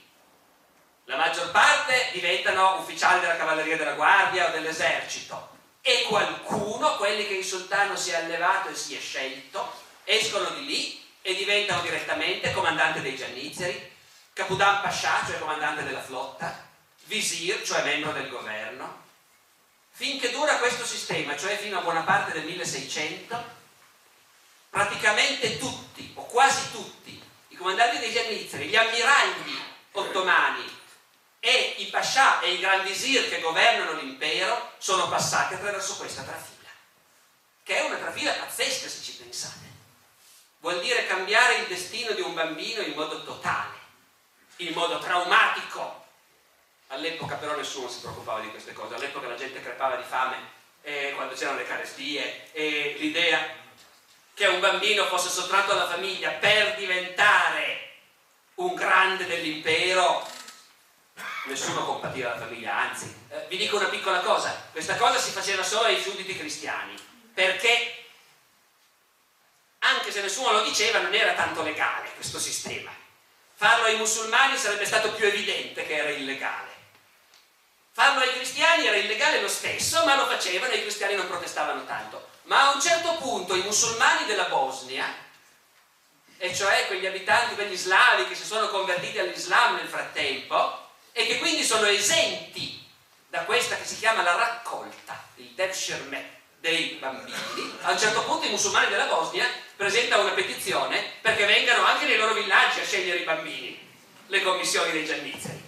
Speaker 1: la maggior parte diventano ufficiali della cavalleria della guardia o dell'esercito, e qualcuno, quelli che il sultano si è allevato e si è scelto, escono di lì e diventano direttamente comandante dei giannizzeri, Capodan Pascià, cioè comandante della flotta, visir, cioè membro del governo. Finché dura questo sistema, cioè fino a buona parte del milleseicento, praticamente tutti, o quasi tutti, i comandanti dei giannizzeri, gli ammiragli ottomani e i pascià e i gran visir che governano l'impero sono passati attraverso questa trafila, che è una trafila pazzesca se ci pensate. Vuol dire cambiare il destino di un bambino in modo totale, in modo traumatico. All'epoca però nessuno si preoccupava di queste cose, all'epoca la gente crepava di fame eh, quando c'erano le carestie, e l'idea che un bambino fosse sottratto alla famiglia per diventare un grande dell'impero, nessuno compativa la famiglia, anzi. Eh, vi dico una piccola cosa, questa cosa si faceva solo ai sudditi cristiani, perché anche se nessuno lo diceva non era tanto legale questo sistema. Farlo ai musulmani sarebbe stato più evidente che era illegale. Farlo ai cristiani era illegale lo stesso, ma lo facevano e i cristiani non protestavano tanto. Ma a un certo punto i musulmani della Bosnia, e cioè quegli abitanti, quegli slavi che si sono convertiti all'Islam nel frattempo e che quindi sono esenti da questa che si chiama la raccolta, il devshirme dei bambini, a un certo punto i musulmani della Bosnia presentano una petizione perché vengano anche nei loro villaggi a scegliere i bambini, le commissioni dei giannizzeri.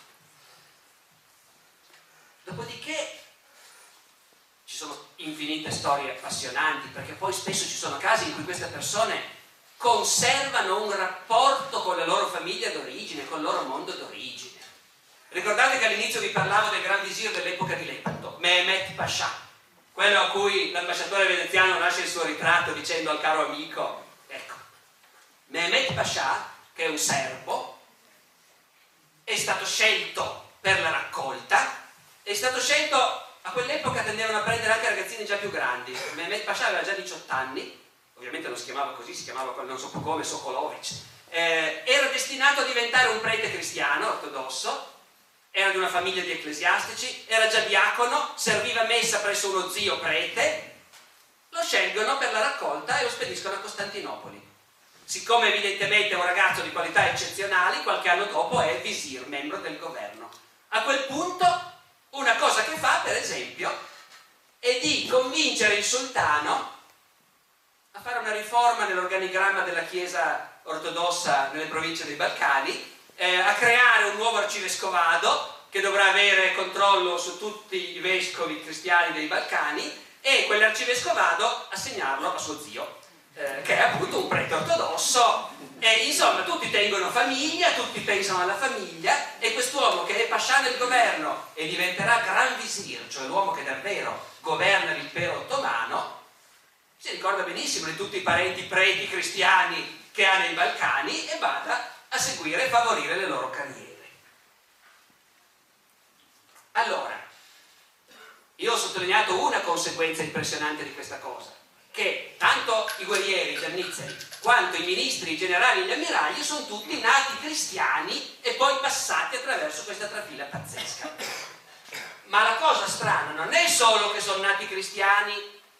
Speaker 1: Dopodiché ci sono infinite storie appassionanti, perché poi spesso ci sono casi in cui queste persone conservano un rapporto con la loro famiglia d'origine, con il loro mondo d'origine. Ricordate che all'inizio vi parlavo del gran visir dell'epoca di Lepanto, Mehmet Pascià, quello a cui l'ambasciatore veneziano lascia il suo ritratto dicendo al caro amico, ecco, Mehmet Pascià, che è un serbo, è stato scelto per la raccolta. È stato scelto, a quell'epoca tendevano a prendere anche ragazzini già più grandi. Mehmet Pascià aveva già diciotto anni, ovviamente non si chiamava così, si chiamava non so più come, Sokolovic. Eh, era destinato a diventare un prete cristiano ortodosso, era di una famiglia di ecclesiastici, era già diacono, serviva messa presso uno zio prete. Lo scelgono per la raccolta e lo spediscono a Costantinopoli. Siccome evidentemente è un ragazzo di qualità eccezionali, qualche anno dopo è visir, membro del governo. A quel punto una cosa che fa, per esempio, è di convincere il sultano a fare una riforma nell'organigramma della Chiesa ortodossa nelle province dei Balcani, eh, a creare un nuovo arcivescovado che dovrà avere controllo su tutti i vescovi cristiani dei Balcani, e quell'arcivescovado assegnarlo a suo zio, eh, che è appunto un prete ortodosso. E insomma tutti tengono famiglia, tutti pensano alla famiglia, e quest'uomo che è pascià del governo e diventerà gran visir, cioè l'uomo che davvero governa l'impero ottomano, si ricorda benissimo di tutti i parenti preti cristiani che ha nei Balcani e vada a seguire e favorire le loro carriere. Allora, io ho sottolineato una conseguenza impressionante di questa cosa, che tanto i guerrieri, i giannizzeri, quanto i ministri, i generali e gli ammiragli sono tutti nati cristiani e poi passati attraverso questa trafila pazzesca. Ma la cosa strana non è solo che sono nati cristiani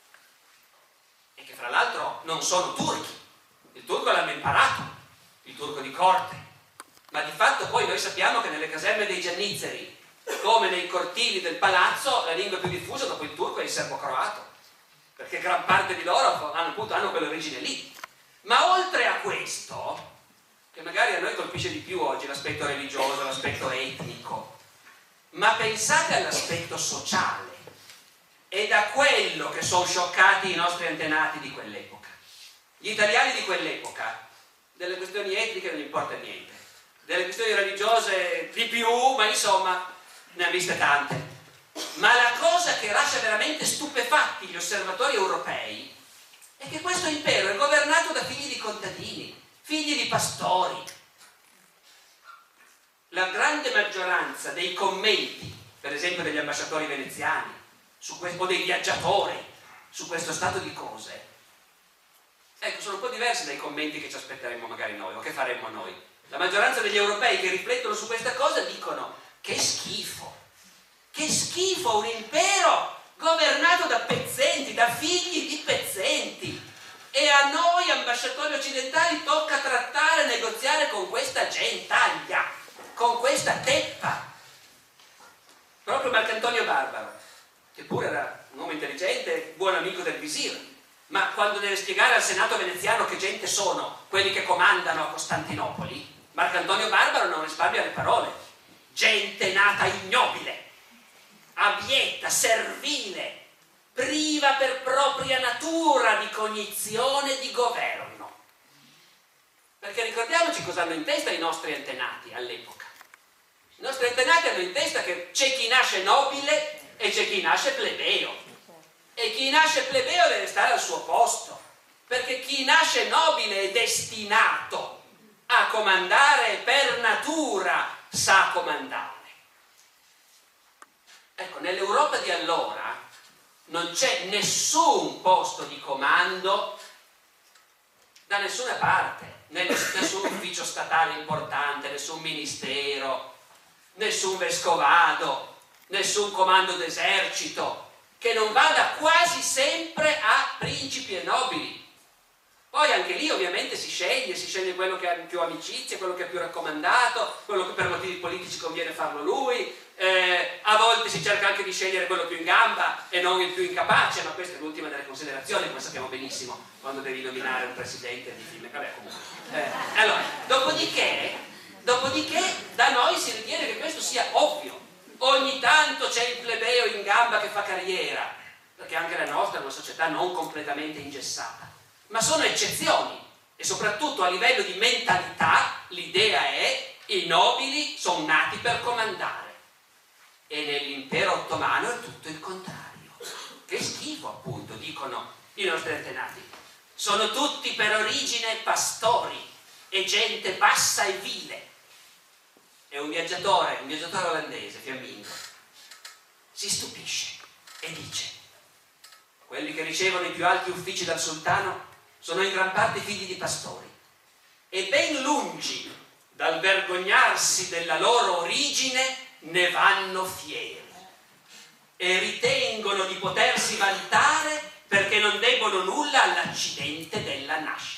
Speaker 1: e che fra l'altro non sono turchi. Il turco l'hanno imparato, il turco di corte, ma di fatto poi noi sappiamo che nelle caserme dei giannizzeri, come nei cortili del palazzo, la lingua più diffusa dopo il turco è il serbo-croato, perché gran parte di loro hanno, appunto, hanno quell'origine lì. Ma oltre a questo, che magari a noi colpisce di più oggi, l'aspetto religioso, l'aspetto etnico, ma pensate all'aspetto sociale. È da quello che sono scioccati i nostri antenati di quell'epoca. Gli italiani di quell'epoca, delle questioni etniche non gli importa niente, delle questioni religiose di più, ma insomma ne ha viste tante. Ma la cosa che lascia veramente stupefatti gli osservatori europei è che questo impero è governato da figli di contadini, figli di pastori. La grande maggioranza dei commenti, per esempio degli ambasciatori veneziani, su questo, o dei viaggiatori, su questo stato di cose, ecco, sono un po' diversi dai commenti che ci aspetteremmo magari noi, o che faremmo noi. La maggioranza degli europei che riflettono su questa cosa dicono: che schifo, che schifo un impero governato da pezzenti, da figli di pezzenti, e a noi ambasciatori occidentali tocca trattare e negoziare con questa gentaglia, con questa teppa. Proprio Marcantonio Barbaro, che pure era un uomo intelligente, buon amico del visir, ma quando deve spiegare al Senato veneziano che gente sono quelli che comandano a Costantinopoli, Marcantonio Barbaro non risparmia le parole. Gente nata ignobile, abietta, servile, priva per propria natura di cognizione di governo. Perché ricordiamoci cosa hanno in testa i nostri antenati all'epoca. I nostri antenati hanno in testa che c'è chi nasce nobile e c'è chi nasce plebeo, e chi nasce plebeo deve stare al suo posto, perché chi nasce nobile è destinato a comandare, per natura sa comandare. Ecco, nell'Europa di allora non c'è nessun posto di comando da nessuna parte, nessun ufficio statale importante, nessun ministero, nessun vescovado, nessun comando d'esercito, che non vada quasi sempre a principi e nobili. Poi anche lì ovviamente si sceglie, si sceglie quello che ha più amicizie, quello che è più raccomandato, quello che per motivi politici conviene farlo lui, eh, a volte si cerca anche di scegliere quello più in gamba e non il più incapace, ma questa è l'ultima delle considerazioni, come sappiamo benissimo, quando devi nominare un presidente di film. Vabbè, comunque. Eh, allora, dopodiché, dopodiché da noi si ritiene che questo sia ovvio. Ogni tanto c'è il plebeo in gamba che fa carriera, perché anche la nostra è una società non completamente ingessata, ma sono eccezioni, e soprattutto a livello di mentalità l'idea è: i nobili sono nati per comandare, e nell'impero ottomano è tutto il contrario. Che schifo, appunto, dicono i nostri antenati, sono tutti per origine pastori e gente bassa e vile. E un viaggiatore, un viaggiatore olandese, fiammingo, si stupisce e dice: quelli che ricevono i più alti uffici dal sultano sono in gran parte figli di pastori, e ben lungi dal vergognarsi della loro origine ne vanno fieri e ritengono di potersi vantare perché non debbono nulla all'accidente della nascita.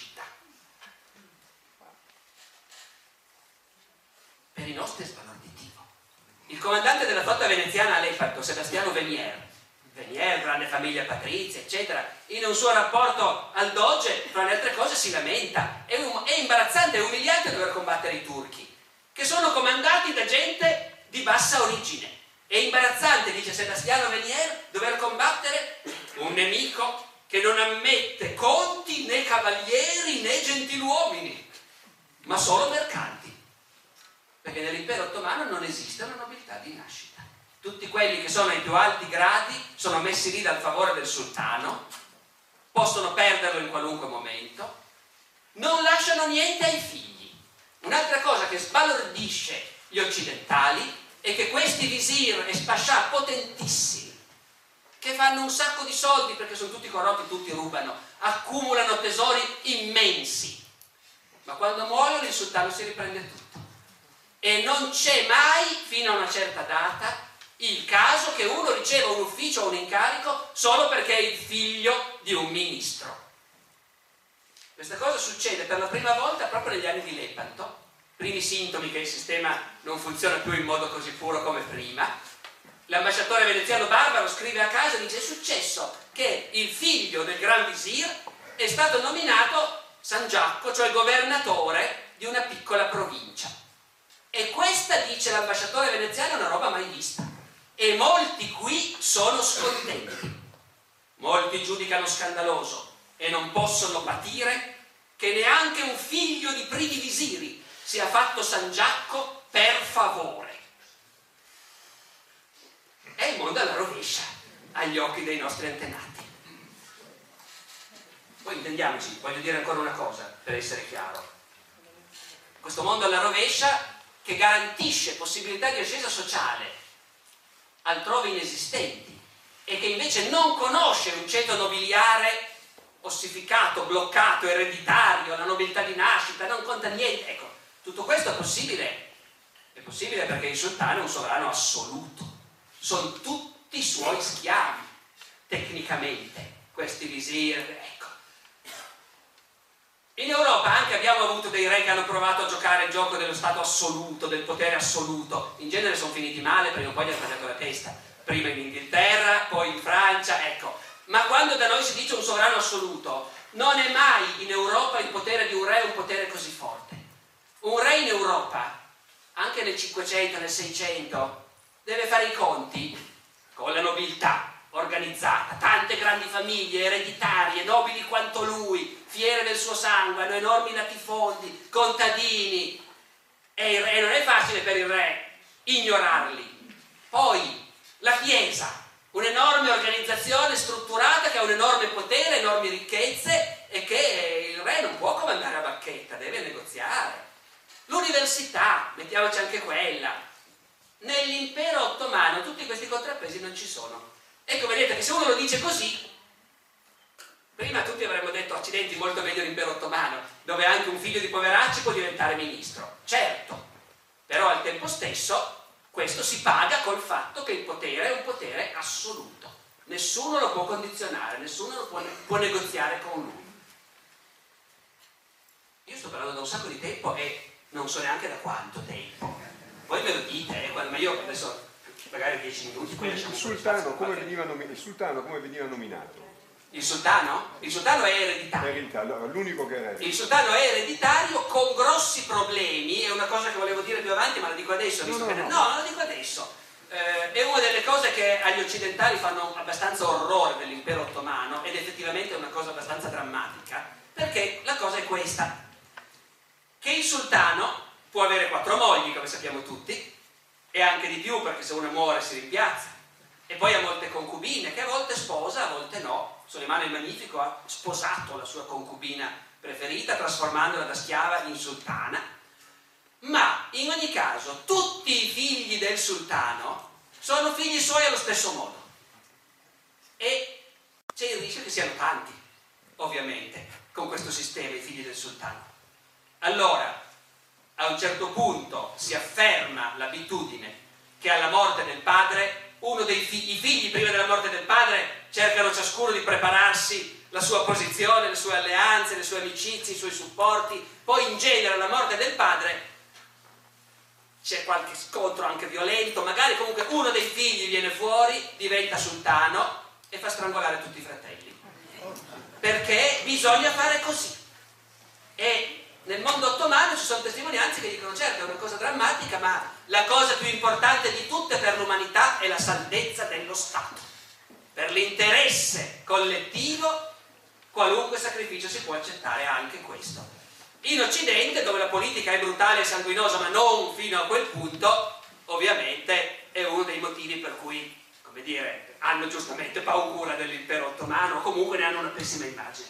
Speaker 1: Per i nostri è sbalorditivo. Il comandante della flotta veneziana a Lepanto, Sebastiano Venier, Venier, grande famiglia patrizia, eccetera, in un suo rapporto al Doge, fra le altre cose, si lamenta. È, un, è imbarazzante, è umiliante dover combattere i turchi, che sono comandati da gente di bassa origine. È imbarazzante, dice Sebastiano Venier, dover combattere un nemico che non ammette conti né cavalieri né gentiluomini, ma solo mercanti. Perché nell'impero ottomano non esiste una nobiltà di nascita. Tutti quelli che sono ai più alti gradi sono messi lì dal favore del sultano, possono perderlo in qualunque momento, non lasciano niente ai figli. Un'altra cosa che sbalordisce gli occidentali è che questi visir e spascià potentissimi, che fanno un sacco di soldi perché sono tutti corrotti, tutti rubano, accumulano tesori immensi, ma quando muoiono il sultano si riprende tutto. E non c'è mai, fino a una certa data, il caso che uno riceva un ufficio o un incarico solo perché è il figlio di un ministro. Questa cosa succede per la prima volta proprio negli anni di Lepanto, primi sintomi che il sistema non funziona più in modo così puro come prima. L'ambasciatore veneziano Barbaro scrive a casa e dice: è successo che il figlio del Gran Visir è stato nominato Sangiacco, cioè governatore di una piccola provincia. E questa, dice l'ambasciatore veneziano, è una roba mai vista. E molti qui sono scontenti. Molti giudicano scandaloso e non possono patire che neanche un figlio di primi visiri sia fatto Sangiacco per favore. È il mondo alla rovescia agli occhi dei nostri antenati. Poi intendiamoci, voglio dire ancora una cosa per essere chiaro. Questo mondo alla rovescia che garantisce possibilità di ascesa sociale altrove inesistenti e che invece non conosce un ceto nobiliare ossificato, bloccato, ereditario, la nobiltà di nascita, non conta niente. Ecco, tutto questo è possibile. È possibile perché il sultano è un sovrano assoluto. Sono tutti suoi schiavi, tecnicamente, questi visir, ecco. In Europa anche abbiamo avuto dei re che hanno provato a giocare il gioco dello stato assoluto, del potere assoluto. In genere sono finiti male, prima o poi gli hanno tagliato la testa. Prima in Inghilterra, poi in Francia, ecco. Ma quando da noi si dice un sovrano assoluto, non è mai in Europa il potere di un re un potere così forte. Un re in Europa, anche nel Cinquecento, nel Seicento, deve fare i conti con la nobiltà organizzata, tante grandi famiglie ereditarie, nobili quanto lui, fiere del suo sangue, hanno enormi latifondi, contadini, e, il re, non è facile per il re ignorarli. Poi la Chiesa, un'enorme organizzazione strutturata che ha un enorme potere, enormi ricchezze e che il re non può comandare a bacchetta, deve negoziare. L'università, mettiamoci anche quella. Nell'impero ottomano tutti questi contrappesi non ci sono. Ecco, vedete che se uno lo dice così, prima tutti avremmo detto accidenti, molto meglio l'impero ottomano, dove anche un figlio di poveracci può diventare ministro. Certo, però al tempo stesso questo si paga col fatto che il potere è un potere assoluto. Nessuno lo può condizionare, nessuno lo può, può negoziare con lui. Io sto parlando da un sacco di tempo e non so neanche da quanto tempo. Voi me lo dite, eh, ma io adesso magari dieci minuti.
Speaker 2: Quindi il sultano, come veniva nomi- il sultano come veniva nominato?
Speaker 1: Il sultano? Il sultano è ereditario.
Speaker 2: Ereditario, allora, l'unico che era.
Speaker 1: Il sultano è ereditario con grossi problemi, è una cosa che volevo dire più avanti, ma la dico adesso, visto
Speaker 2: no, no,
Speaker 1: che...
Speaker 2: no.
Speaker 1: no, non la dico adesso. Eh, è una delle cose che agli occidentali fanno abbastanza orrore dell'impero ottomano, ed effettivamente è una cosa abbastanza drammatica, perché la cosa è questa, che il sultano può avere quattro mogli, come sappiamo tutti, e anche di più, perché se una muore si rimpiazza, e poi ha molte concubine, che a volte sposa, a volte no. Solimano il Magnifico ha sposato la sua concubina preferita, trasformandola da schiava in sultana, ma in ogni caso tutti i figli del sultano sono figli suoi allo stesso modo, e c'è il rischio che siano tanti, ovviamente, con questo sistema, i figli del sultano. Allora, a un certo punto si afferma l'abitudine che alla morte del padre, uno dei figli, i figli prima della morte del padre cercano ciascuno di prepararsi la sua posizione, le sue alleanze, le sue amicizie, i suoi supporti, poi in genere alla morte del padre c'è qualche scontro anche violento, magari comunque uno dei figli viene fuori, diventa sultano e fa strangolare tutti i fratelli, perché bisogna fare così. E nel mondo ottomano ci sono testimonianze che dicono: certo, è una cosa drammatica, ma la cosa più importante di tutte per l'umanità è la salvezza dello Stato. Per l'interesse collettivo qualunque sacrificio si può accettare, anche questo. In Occidente, dove la politica è brutale e sanguinosa, ma non fino a quel punto, ovviamente è uno dei motivi per cui, come dire, hanno giustamente paura dell'impero ottomano, o comunque ne hanno una pessima immagine.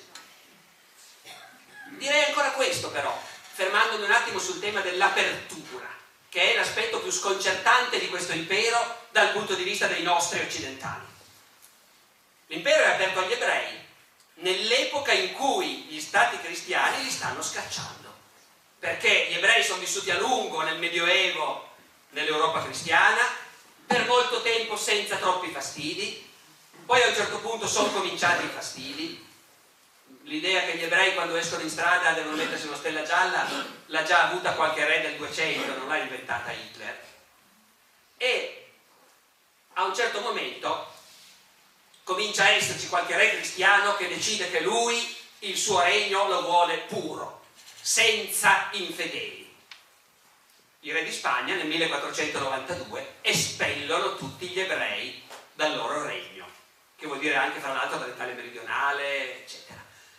Speaker 1: Direi ancora questo però, fermandomi un attimo sul tema dell'apertura, che è l'aspetto più sconcertante di questo impero dal punto di vista dei nostri occidentali. L'impero è aperto agli ebrei nell'epoca in cui gli stati cristiani li stanno scacciando, perché gli ebrei sono vissuti a lungo nel Medioevo, nell'Europa cristiana, per molto tempo senza troppi fastidi, poi a un certo punto sono cominciati i fastidi, l'idea che gli ebrei quando escono in strada devono mettersi una stella gialla l'ha già avuta qualche re del duecento, non l'ha inventata Hitler. E a un certo momento comincia a esserci qualche re cristiano che decide che lui il suo regno lo vuole puro, senza infedeli. I re di Spagna nel millequattrocentonovantadue espellono tutti gli ebrei dal loro regno, che vuol dire anche fra l'altro dall'Italia meridionale, eccetera.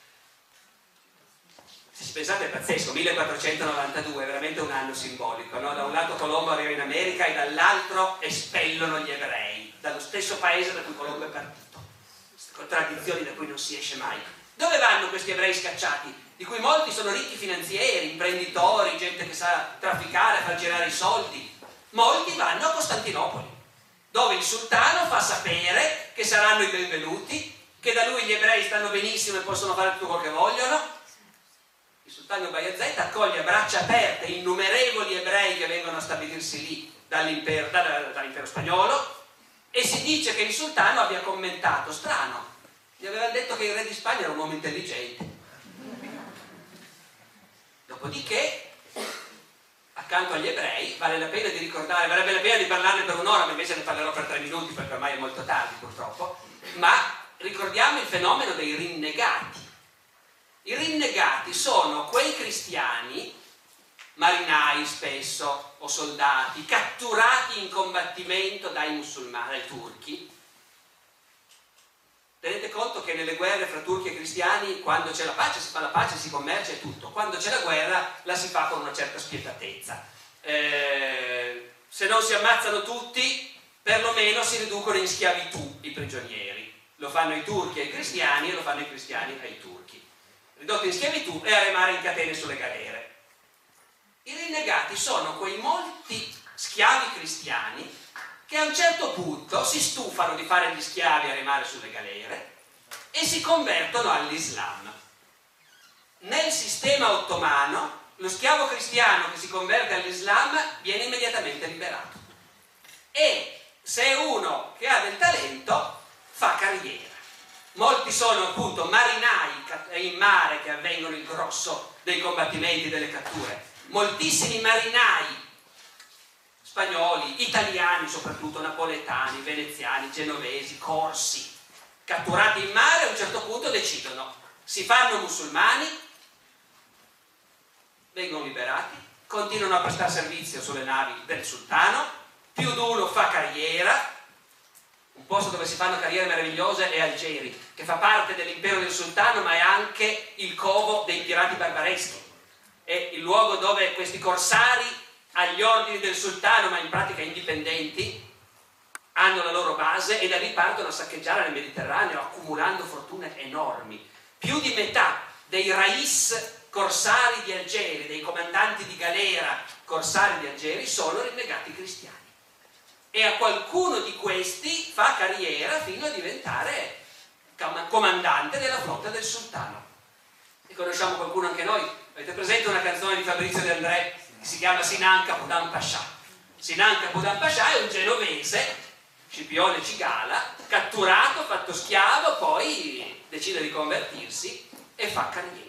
Speaker 1: Se ci pensate è pazzesco, millequattrocentonovantadue è veramente un anno simbolico, no? Da un lato Colombo arriva in America e dall'altro espellono gli ebrei dallo stesso paese da cui Colombo è partito. Queste contraddizioni da cui non si esce mai. Dove vanno questi ebrei scacciati? Di cui molti sono ricchi finanzieri, imprenditori, gente che sa trafficare, far girare i soldi. Molti vanno a Costantinopoli, dove il sultano fa sapere che saranno i benvenuti, che da lui gli ebrei stanno benissimo e possono fare tutto quello che vogliono. Il sultano Bayezid accoglie a braccia aperte innumerevoli ebrei che vengono a stabilirsi lì dall'impero, dall'impero spagnolo, e si dice che il sultano abbia commentato: strano, gli avevano detto che il re di Spagna era un uomo intelligente. Dopodiché, accanto agli ebrei, vale la pena di ricordare, varrebbe la pena di parlarne per un'ora, ma invece ne parlerò per tre minuti perché ormai è molto tardi purtroppo, ma ricordiamo il fenomeno dei rinnegati. I rinnegati sono quei cristiani, marinai spesso o soldati, catturati in combattimento dai musulmani, dai turchi. Tenete conto che nelle guerre fra turchi e cristiani, quando c'è la pace si fa la pace, si commercia e tutto. Quando c'è la guerra la si fa con una certa spietatezza. Eh, se non si ammazzano tutti, perlomeno si riducono in schiavitù i prigionieri. Lo fanno i turchi ai cristiani e lo fanno i cristiani ai turchi. Ridotti in schiavitù e a remare in catene sulle galere. I rinnegati sono quei molti schiavi cristiani che a un certo punto si stufano di fare gli schiavi a remare sulle galere e si convertono all'Islam. Nel sistema ottomano lo schiavo cristiano che si converte all'Islam viene immediatamente liberato, e se è uno che ha del talento fa carriera. Molti sono appunto marinai in mare che avvengono il grosso dei combattimenti, delle catture. Moltissimi marinai spagnoli, italiani soprattutto, napoletani, veneziani, genovesi, corsi, catturati in mare, a un certo punto decidono, si fanno musulmani, vengono liberati, continuano a prestare servizio sulle navi del sultano, più di uno fa carriera. Un posto dove si fanno carriere meravigliose è Algeri, che fa parte dell'impero del sultano ma è anche il covo dei pirati barbareschi, è il luogo dove questi corsari agli ordini del sultano, ma in pratica indipendenti, hanno la loro base e da lì partono a saccheggiare nel Mediterraneo, accumulando fortune enormi. Più di metà dei rais corsari di Algeri, dei comandanti di galera corsari di Algeri, sono rinnegati cristiani. E a qualcuno di questi fa carriera fino a diventare comandante della flotta del sultano. E conosciamo qualcuno anche noi. Avete presente una canzone di Fabrizio De André che si chiama Sinan Capodan Pascià? Sinan Capodan Pascià è un genovese, Scipione Cigala, catturato, fatto schiavo, poi decide di convertirsi e fa carriera.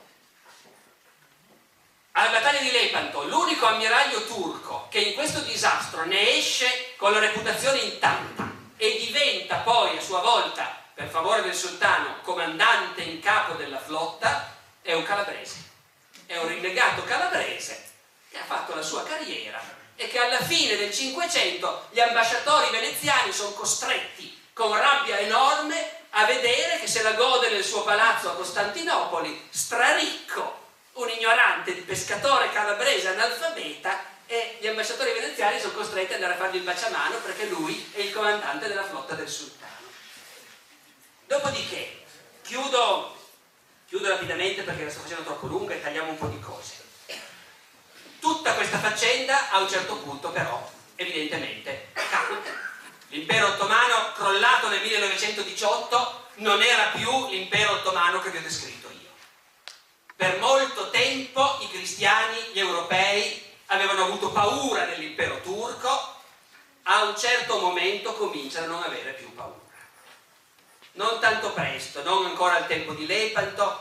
Speaker 1: Alla battaglia di Lepanto, l'unico ammiraglio turco che in questo disastro ne esce con la reputazione intatta e diventa poi a sua volta, per favore del sultano, comandante in capo della flotta, è un calabrese. È un rinnegato calabrese che ha fatto la sua carriera e che alla fine del Cinquecento gli ambasciatori veneziani sono costretti con rabbia enorme a vedere che se la gode nel suo palazzo a Costantinopoli, straricco, un ignorante di pescatore calabrese analfabeta, e gli ambasciatori veneziani sono costretti ad andare a fargli il baciamano perché lui è il comandante della flotta del sultano. Dopodiché, chiudo, chiudo rapidamente perché la sto facendo troppo lunga e tagliamo un po' di cose. Tutta questa faccenda a un certo punto però, evidentemente, cade. L'impero ottomano, crollato nel millenovecentodiciotto, non era più l'impero ottomano che vi ho descritto io. Per molto tempo i cristiani, gli europei, avevano avuto paura dell'impero turco, a un certo momento cominciano a non avere più paura. Non tanto presto, non ancora al tempo di Lepanto,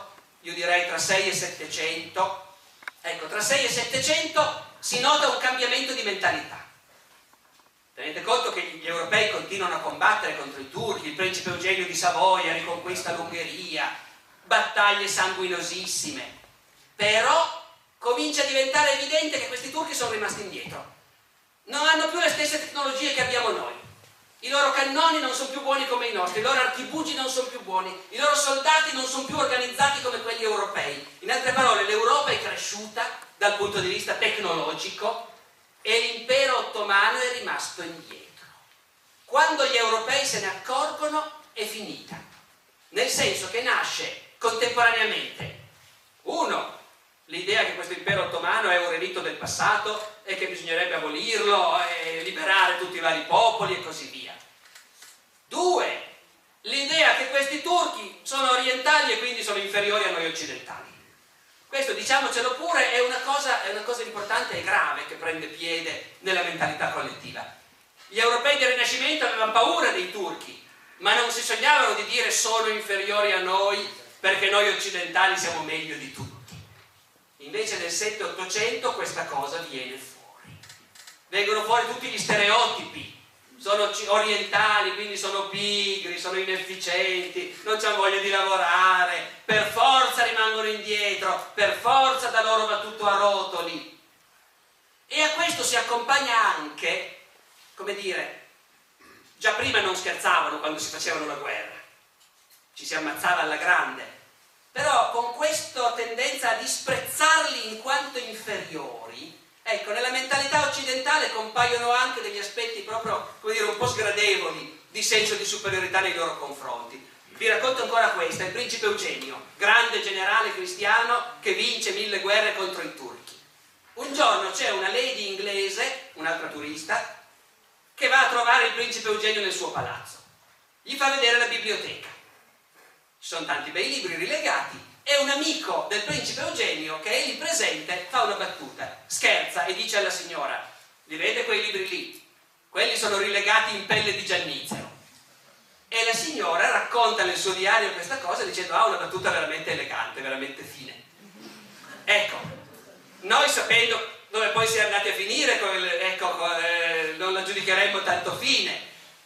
Speaker 1: io direi tra sei e settecento, ecco, tra sei e settecento si nota un cambiamento di mentalità. Tenete conto che gli europei continuano a combattere contro i turchi, il principe Eugenio di Savoia riconquista l'Ungheria, battaglie sanguinosissime, però comincia a diventare evidente che questi turchi sono rimasti indietro, non hanno più le stesse tecnologie che abbiamo noi, i loro cannoni non sono più buoni come i nostri, i loro archibugi non sono più buoni, i loro soldati non sono più organizzati come quelli europei. In altre parole, l'Europa è cresciuta dal punto di vista tecnologico e l'impero ottomano è rimasto indietro. Quando gli europei se ne accorgono è finita, nel senso che nasce contemporaneamente, uno, l'idea che questo impero ottomano è un relitto del passato e che bisognerebbe abolirlo e liberare tutti i vari popoli e così via. Due, l'idea che questi turchi sono orientali e quindi sono inferiori a noi occidentali. Questo, diciamocelo pure, è una cosa, è una cosa importante e grave che prende piede nella mentalità collettiva. Gli europei del Rinascimento avevano paura dei turchi, ma non si sognavano di dire sono inferiori a noi perché noi occidentali siamo meglio di tutti. Invece nel sette ottocento questa cosa viene fuori. Vengono fuori tutti gli stereotipi. Sono orientali, quindi sono pigri, sono inefficienti, non c'hanno voglia di lavorare, per forza rimangono indietro, per forza da loro va tutto a rotoli. E a questo si accompagna anche, come dire, già prima non scherzavano quando si facevano la guerra, ci si ammazzava alla grande, però con questa tendenza a disprezzarli in quanto inferiori, ecco, nella mentalità occidentale compaiono anche degli aspetti proprio, come dire, un po' sgradevoli di senso di superiorità nei loro confronti. Vi racconto ancora questa: il principe Eugenio, grande generale cristiano che vince mille guerre contro i turchi. Un giorno c'è una lady inglese, un'altra turista, che va a trovare il principe Eugenio nel suo palazzo. Gli fa vedere la biblioteca. Ci sono tanti bei libri rilegati e un amico del principe Eugenio che è lì presente fa una battuta, scherza e dice alla signora: li vede quei libri lì? Quelli sono rilegati in pelle di giannizzero. E la signora racconta nel suo diario questa cosa dicendo: ah, una battuta veramente elegante, veramente fine. Ecco, noi sapendo dove poi si è andati a finire, ecco, eh, non la giudicheremmo tanto fine,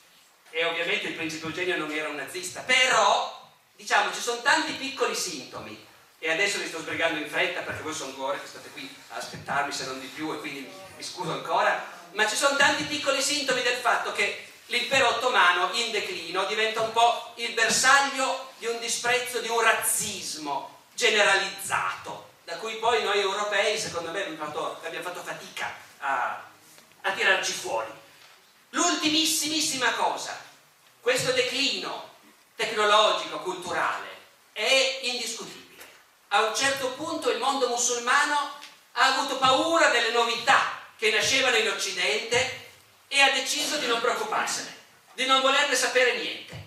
Speaker 1: e ovviamente il principe Eugenio non era un nazista, però diciamo ci sono tanti piccoli sintomi, e adesso li sto sbrigando in fretta perché voi sono due ore che state qui a aspettarmi, se non di più, e quindi mi scuso ancora, ma ci sono tanti piccoli sintomi del fatto che l'impero ottomano in declino diventa un po' il bersaglio di un disprezzo, di un razzismo generalizzato, da cui poi noi europei, secondo me, abbiamo fatto, abbiamo fatto fatica a, a tirarci fuori. L'ultimissimissima cosa, questo declino tecnologico, culturale, è indiscutibile. A un certo punto il mondo musulmano ha avuto paura delle novità che nascevano in Occidente e ha deciso di non preoccuparsene, di non volerne sapere niente.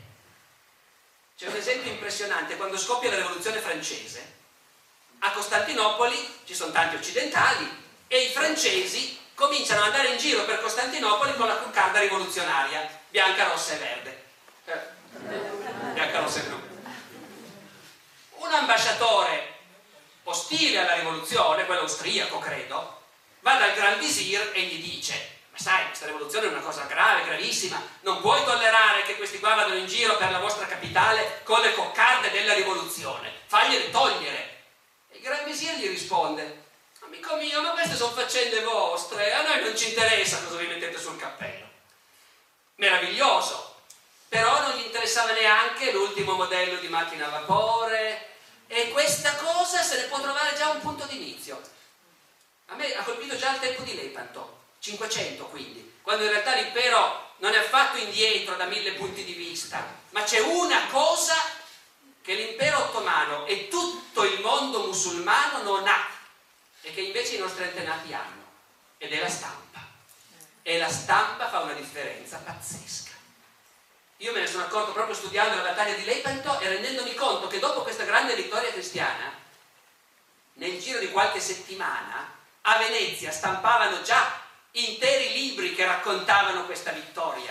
Speaker 1: C'è un esempio impressionante: quando scoppia la rivoluzione francese, a Costantinopoli ci sono tanti occidentali e i francesi cominciano ad andare in giro per Costantinopoli con la coccarda rivoluzionaria, bianca, rossa e verde. Eh. Bianca, rossa e blu. Un ambasciatore ostile alla rivoluzione, quello austriaco credo, va dal Gran Visir e gli dice: ma sai, questa rivoluzione è una cosa grave, gravissima, non puoi tollerare che questi qua vadano in giro per la vostra capitale con le coccarde della rivoluzione, fagliele togliere. E il Gran Visir gli risponde: amico mio, ma queste sono faccende vostre, a noi non ci interessa cosa vi mettete sul cappello. Meraviglioso. Però non gli interessava neanche l'ultimo modello di macchina a vapore, e questa cosa se ne può trovare già un punto d'inizio. A me ha colpito già il tempo di Lepanto, cinquecento quindi, quando in realtà l'impero non è affatto indietro da mille punti di vista, ma c'è una cosa che l'impero ottomano e tutto il mondo musulmano non ha, e che invece i nostri antenati hanno, ed è la stampa. E la stampa fa una differenza pazzesca. Io me ne sono accorto proprio studiando la battaglia di Lepanto e rendendomi conto che dopo questa grande vittoria cristiana, nel giro di qualche settimana, a Venezia stampavano già interi libri che raccontavano questa vittoria.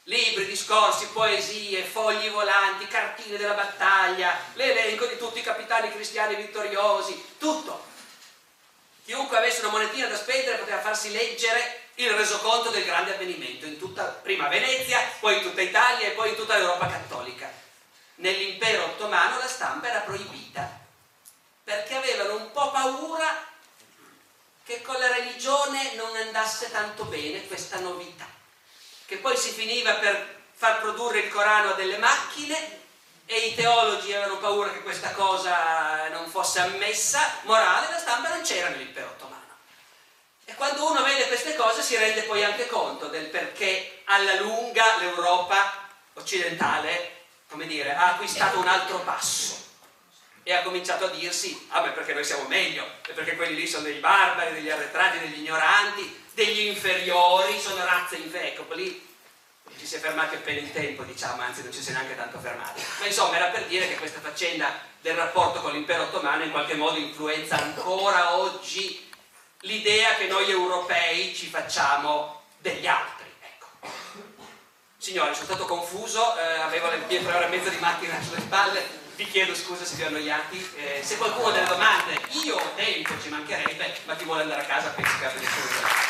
Speaker 1: libri, discorsi, poesie, fogli volanti, cartine della battaglia, l'elenco di tutti i capitani cristiani vittoriosi, tutto. Chiunque avesse una monetina da spendere poteva farsi leggere il resoconto del grande avvenimento in tutta, prima Venezia, poi in tutta Italia e poi in tutta l'Europa cattolica. Nell'impero ottomano la stampa era proibita perché avevano un po' paura che con la religione non andasse tanto bene questa novità, che poi si finiva per far produrre il Corano a delle macchine e i teologi avevano paura che questa cosa non fosse ammessa. Morale, la stampa non c'era nell'impero ottomano. E quando uno vede queste cose si rende poi anche conto del perché alla lunga l'Europa occidentale, come dire, ha acquistato un altro passo e ha cominciato a dirsi: ah beh, perché noi siamo meglio, e perché quelli lì sono dei barbari, degli arretrati, degli ignoranti, degli inferiori, sono razze infecopoli. Ci si è fermati appena in tempo, diciamo, anzi non ci si è neanche tanto fermati. Ma insomma era per dire che questa faccenda del rapporto con l'impero ottomano in qualche modo influenza ancora oggi l'idea che noi europei ci facciamo degli altri. Ecco. Signori, sono stato confuso, eh, avevo le mie tre ore e mezza di macchina sulle spalle, vi chiedo scusa se vi ho annoiati. Eh, se qualcuno ha delle domande, io ho tempo, ci mancherebbe, ma chi vuole andare a casa penso che abbia nessuno.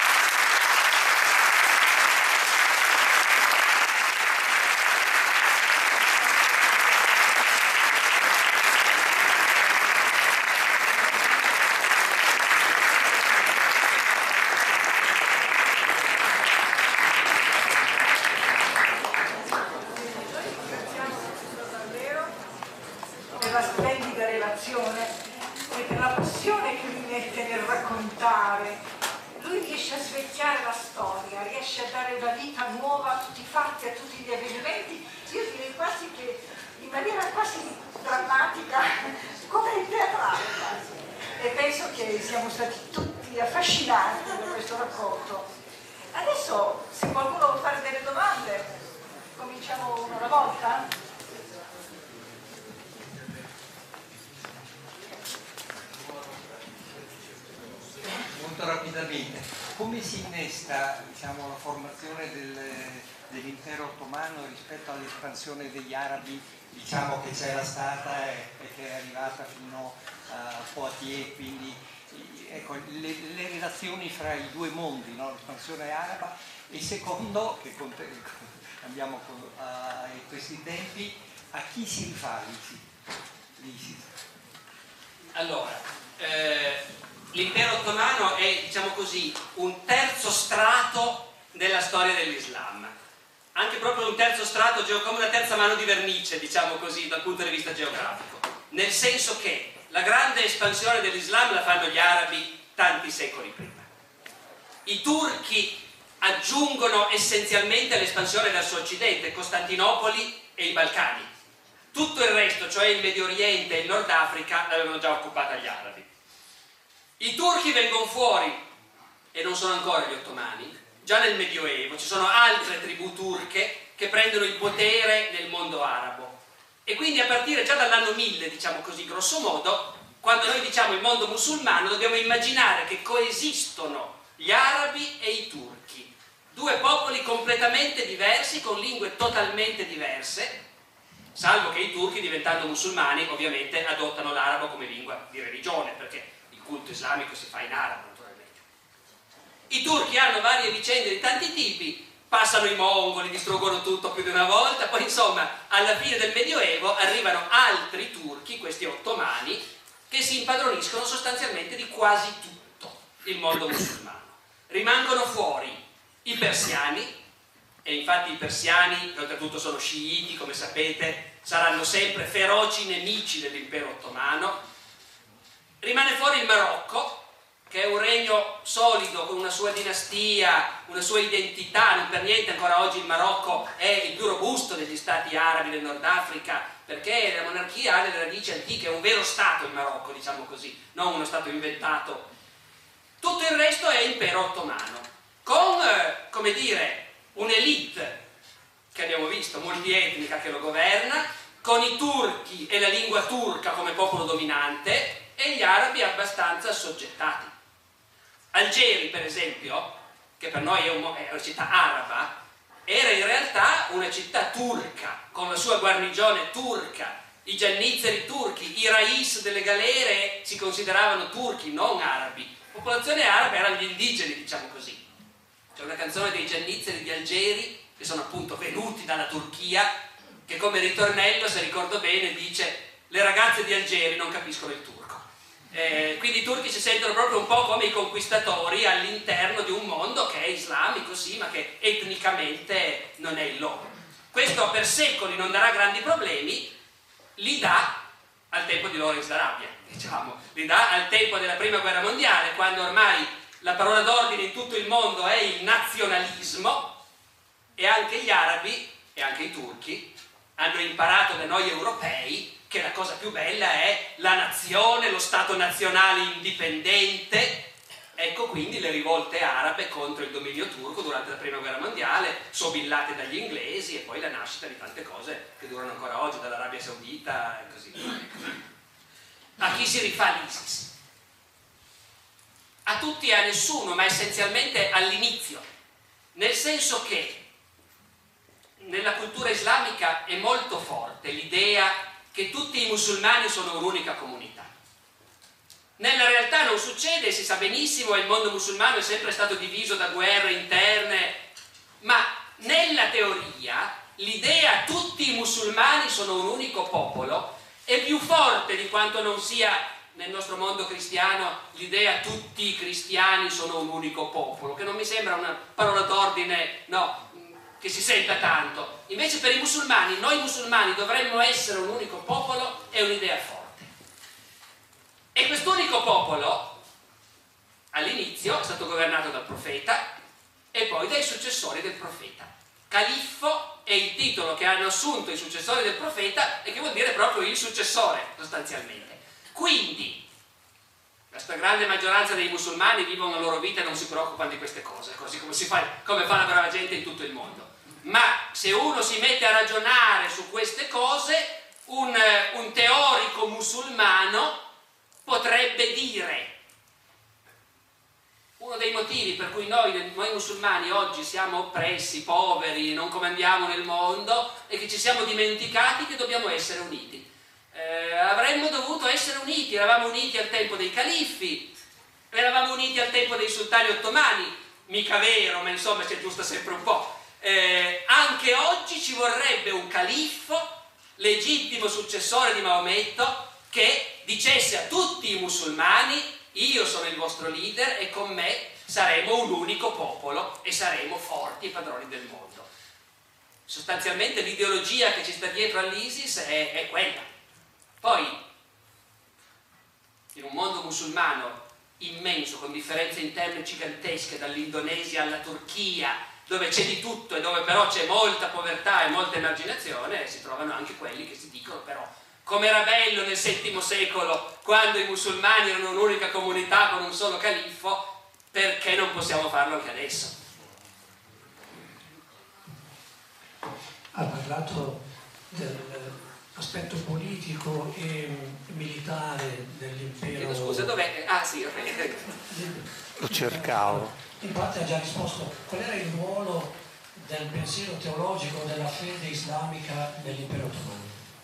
Speaker 3: E per la passione che lui mette nel raccontare. Lui riesce a svecchiare la storia, riesce a dare una vita nuova a tutti i fatti, a tutti gli avvenimenti. Io direi quasi che in maniera quasi drammatica, come in teatrale quasi. E penso che siamo stati tutti affascinati da questo racconto. Adesso, se qualcuno vuole fare delle domande, cominciamo una alla volta?
Speaker 4: Molto rapidamente, come si innesta, diciamo, la formazione del, dell'impero ottomano rispetto all'espansione degli arabi, diciamo, che c'era stata e, e che è arrivata fino a Poitiers, quindi ecco, le, le relazioni fra i due mondi, no? L'espansione araba, e secondo, che andiamo a questi tempi, a chi si rifà l'ISIS?
Speaker 1: Allora, eh... l'impero ottomano è, diciamo così, un terzo strato della storia dell'Islam, anche proprio un terzo strato, come una terza mano di vernice, diciamo così, dal punto di vista geografico, nel senso che la grande espansione dell'Islam la fanno gli arabi tanti secoli prima. I turchi aggiungono essenzialmente l'espansione verso occidente, Costantinopoli e i Balcani. Tutto il resto, cioè il Medio Oriente e il Nord Africa, l'avevano già occupata gli arabi. I turchi vengono fuori, e non sono ancora gli ottomani, già nel Medioevo. Ci sono altre tribù turche che prendono il potere nel mondo arabo. E quindi a partire già dall'anno mille, diciamo così, grosso modo, quando noi diciamo il mondo musulmano, dobbiamo immaginare che coesistono gli arabi e i turchi. Due popoli completamente diversi, con lingue totalmente diverse, salvo che i turchi, diventando musulmani, ovviamente adottano l'arabo come lingua di religione, perché il culto islamico si fa in arabo, naturalmente. I turchi hanno varie vicende di tanti tipi, passano i mongoli, distruggono tutto più di una volta, poi insomma alla fine del Medioevo arrivano altri turchi, questi ottomani, che si impadroniscono sostanzialmente di quasi tutto il mondo musulmano. Rimangono fuori i persiani, e infatti i persiani, che oltretutto sono sciiti, come sapete, saranno sempre feroci nemici dell'impero ottomano. Rimane fuori il Marocco, che è un regno solido, con una sua dinastia, una sua identità. Non per niente ancora oggi il Marocco è il più robusto degli stati arabi del Nord Africa, perché la monarchia ha delle radici antiche, è un vero stato il Marocco, diciamo così, non uno stato inventato. Tutto il resto è impero ottomano, con, eh, come dire, un'elite che abbiamo visto, multietnica, che lo governa, con i turchi e la lingua turca come popolo dominante, e gli arabi abbastanza assoggettati. Algeri, per esempio, che per noi è, un, è una città araba, era in realtà una città turca, con la sua guarnigione turca, i giannizzeri turchi, i rais delle galere si consideravano turchi, non arabi. La popolazione arabe erano gli indigeni, diciamo così. C'è una canzone dei giannizzeri di Algeri, che sono appunto venuti dalla Turchia, che come ritornello, se ricordo bene, dice: le ragazze di Algeri non capiscono il turco. Eh, quindi i turchi si sentono proprio un po' come i conquistatori all'interno di un mondo che è islamico, sì, ma che etnicamente non è il loro. Questo per secoli non darà grandi problemi, li dà al tempo di Lawrence d'Arabia, diciamo, li dà al tempo della prima guerra mondiale, quando ormai la parola d'ordine in tutto il mondo è il nazionalismo, e anche gli arabi e anche i turchi hanno imparato da noi europei che la cosa più bella è la nazione, lo Stato nazionale indipendente. Ecco quindi le rivolte arabe contro il dominio turco durante la prima guerra mondiale, sobillate dagli inglesi, e poi la nascita di tante cose che durano ancora oggi, dall'Arabia Saudita e così via. A chi si rifà l'ISIS? A tutti e a nessuno, ma essenzialmente all'inizio, nel senso che nella cultura islamica è molto forte l'idea che tutti i musulmani sono un'unica comunità. Nella realtà non succede, si sa benissimo, e il mondo musulmano è sempre stato diviso da guerre interne, ma nella teoria l'idea tutti i musulmani sono un unico popolo è più forte di quanto non sia nel nostro mondo cristiano l'idea tutti i cristiani sono un unico popolo, che non mi sembra una parola d'ordine, no, che si senta tanto. Invece per i musulmani, noi musulmani dovremmo essere un unico popolo, è un'idea forte. E quest'unico popolo all'inizio è stato governato dal profeta e poi dai successori del profeta. Califfo è il titolo che hanno assunto i successori del profeta e che vuol dire proprio il successore, sostanzialmente. Quindi la stragrande maggioranza dei musulmani vivono la loro vita e non si preoccupano di queste cose, così come, si fa, come fa la brava gente in tutto il mondo. Ma se uno si mette a ragionare su queste cose, un, un teorico musulmano potrebbe dire: uno dei motivi per cui noi, noi musulmani oggi siamo oppressi, poveri, non comandiamo nel mondo, è che ci siamo dimenticati che dobbiamo essere uniti. Eh, avremmo dovuto essere uniti, eravamo uniti al tempo dei califfi, eravamo uniti al tempo dei sultani ottomani, mica vero, ma insomma c'è giusto sempre un po'. Eh, anche oggi ci vorrebbe un califfo, legittimo successore di Maometto, che dicesse a tutti i musulmani: io sono il vostro leader e con me saremo un unico popolo e saremo forti e padroni del mondo. Sostanzialmente l'ideologia che ci sta dietro all'ISIS è, è quella. Poi, in un mondo musulmano immenso, con differenze interne gigantesche, dall'Indonesia alla Turchia, dove c'è di tutto e dove però c'è molta povertà e molta emarginazione, si trovano anche quelli che si dicono: però com'era bello nel settimo secolo, quando i musulmani erano un'unica comunità con un solo califfo, perché non possiamo farlo anche adesso?
Speaker 5: Ha parlato dell'aspetto politico e militare dell'impero.
Speaker 1: Scusa, dov'è? Ah sì, ok.
Speaker 5: Lo cercavo. In parte ha già risposto. Qual era il ruolo del pensiero teologico, della fede islamica dell'impero ottomano?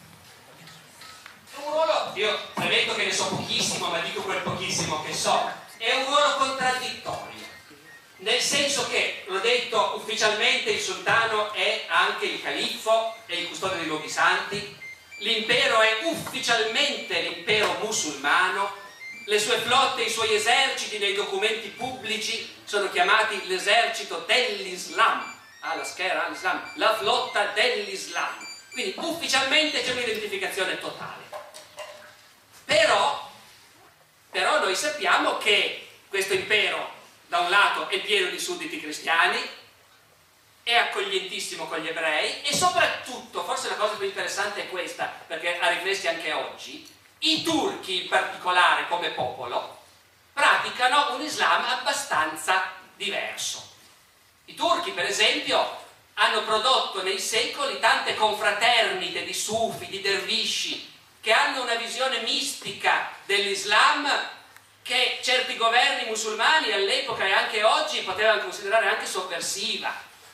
Speaker 1: Un ruolo, io premetto che ne so pochissimo, ma dico quel pochissimo che so, è un ruolo contraddittorio, nel senso che, l'ho detto, ufficialmente il sultano è anche il califfo e il custode dei luoghi santi, l'impero è ufficialmente l'impero musulmano, le sue flotte, i suoi eserciti nei documenti pubblici sono chiamati l'esercito dell'Islam, ah, la schera all'Islam, la flotta dell'Islam, quindi ufficialmente c'è un'identificazione totale. Però, però noi sappiamo che questo impero da un lato è pieno di sudditi cristiani, è accoglientissimo con gli ebrei e soprattutto, forse la cosa più interessante è questa, perché ha riflessi anche oggi, i turchi in particolare come popolo praticano un Islam abbastanza diverso. I turchi per esempio hanno prodotto nei secoli tante confraternite di sufi, di dervisci, che hanno una visione mistica dell'Islam che certi governi musulmani all'epoca e anche oggi potevano considerare anche sovversiva.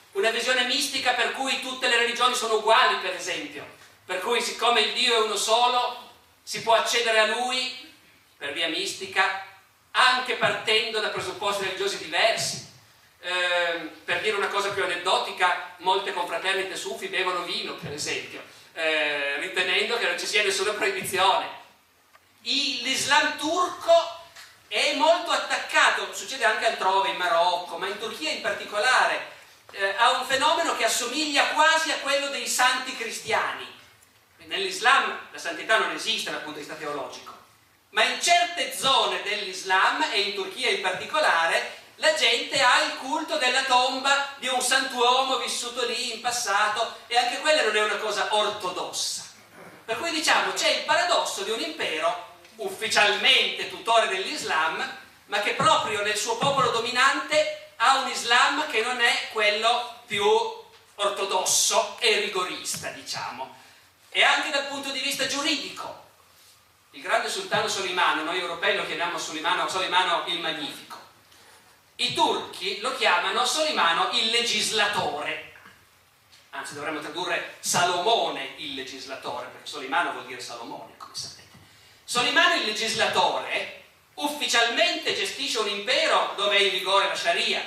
Speaker 1: una visione mistica per cui tutte le religioni sono uguali, per esempio, per cui siccome il Dio è uno solo si può accedere a Lui per via mistica anche partendo da presupposti religiosi diversi. Eh, per dire una cosa più aneddotica, molte confraternite sufi bevono vino, per esempio, eh, ritenendo che non ci sia nessuna proibizione. L'Islam turco è molto attaccato, succede anche altrove, in Marocco, ma in Turchia in particolare, eh, ha un fenomeno che assomiglia quasi a quello dei santi cristiani. Nell'Islam la santità non esiste dal punto di vista teologico, ma in certe zone dell'Islam, e in Turchia in particolare, la gente ha il culto della tomba di un santuomo vissuto lì in passato, e anche quella non è una cosa ortodossa. Per cui diciamo c'è il paradosso di un impero ufficialmente tutore dell'Islam, ma che proprio nel suo popolo dominante ha un Islam che non è quello più ortodosso e rigorista, diciamo. E anche dal punto di vista giuridico. Il grande sultano Solimano, noi europei lo chiamiamo Solimano, Solimano il Magnifico. I turchi lo chiamano Solimano il legislatore. Anzi, dovremmo tradurre Salomone il legislatore, perché Solimano vuol dire Salomone, come sapete. Solimano il legislatore ufficialmente gestisce un impero dove è in vigore la Sharia,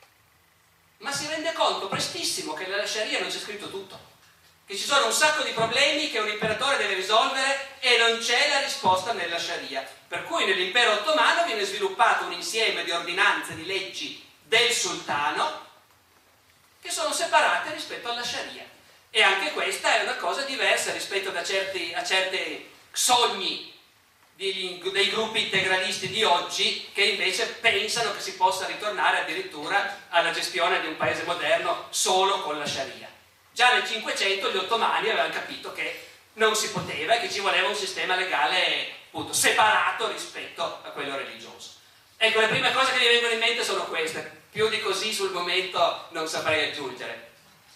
Speaker 1: ma si rende conto prestissimo che nella Sharia non c'è scritto tutto, che ci sono un sacco di problemi che un imperatore deve risolvere e non c'è la risposta nella Sharia. Per cui nell'impero ottomano viene sviluppato un insieme di ordinanze, di leggi del sultano che sono separate rispetto alla Sharia. E anche questa è una cosa diversa rispetto a certi, a certi sogni di, dei gruppi integralisti di oggi, che invece pensano che si possa ritornare addirittura alla gestione di un paese moderno solo con la Sharia. Già nel Cinquecento gli ottomani avevano capito che non si poteva e che ci voleva un sistema legale appunto separato rispetto a quello religioso. Ecco, le prime cose che mi vengono in mente sono queste, più di così sul momento non saprei aggiungere.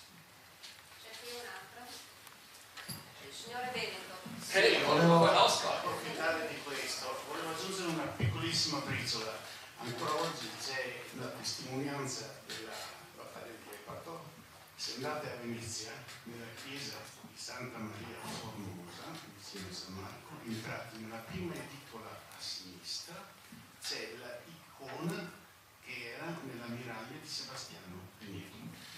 Speaker 6: C'è qui un'altra. Il signore Veneto.
Speaker 1: Sì, volevo conosco.
Speaker 7: Approfittare di questo, volevo aggiungere una piccolissima briciola. Ancora oggi c'è la testimonianza della battaglia di Lepanto. Se andate a Venezia, nella chiesa di Santa Maria Formosa, vicino a San Marco, entrate nella prima edicola a sinistra, c'è l'icona che era nell'ammiraglia di Sebastiano Pineto.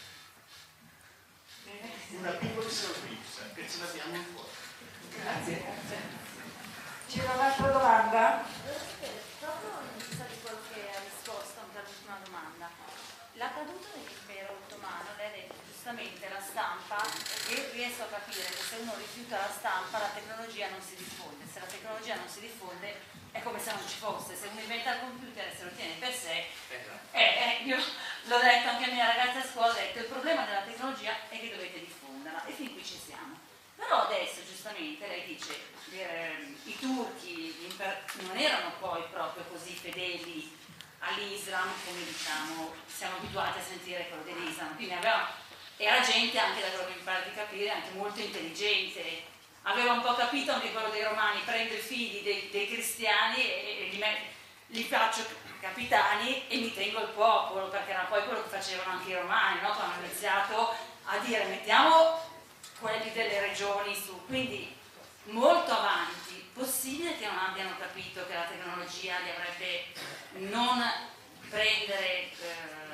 Speaker 7: Una piccolissima briciola che ce l'abbiamo ancora.
Speaker 3: Grazie. C'era un'altra domanda?
Speaker 6: Proprio in vista di quello che ha risposto anche all'ultima domanda, la caduta dell'impero ottomano, lei ha detto giustamente la stampa, e riesco a capire che se uno rifiuta la stampa la tecnologia non si diffonde, se la tecnologia non si diffonde è come se non ci fosse, se uno inventa il computer e se lo tiene per sé, eh, eh, io l'ho detto anche a mia ragazza a scuola, ho detto il problema della tecnologia è che dovete diffonderla, e fin qui ci siamo. Però adesso giustamente lei dice eh, i turchi non erano poi proprio così fedeli all'Islam come diciamo siamo abituati a sentire quello dell'Islam, quindi aveva, era gente anche da quello che mi pare di capire anche molto intelligente, aveva un po' capito anche quello dei romani, prendo i figli dei, dei cristiani e, e li, met, li faccio capitani e mi tengo il popolo, perché era poi quello che facevano anche i romani, no? Quando hanno iniziato a dire mettiamo quelli delle regioni su, quindi molto avanti. Possibile che non abbiano capito che la tecnologia li avrebbe non prendere, eh,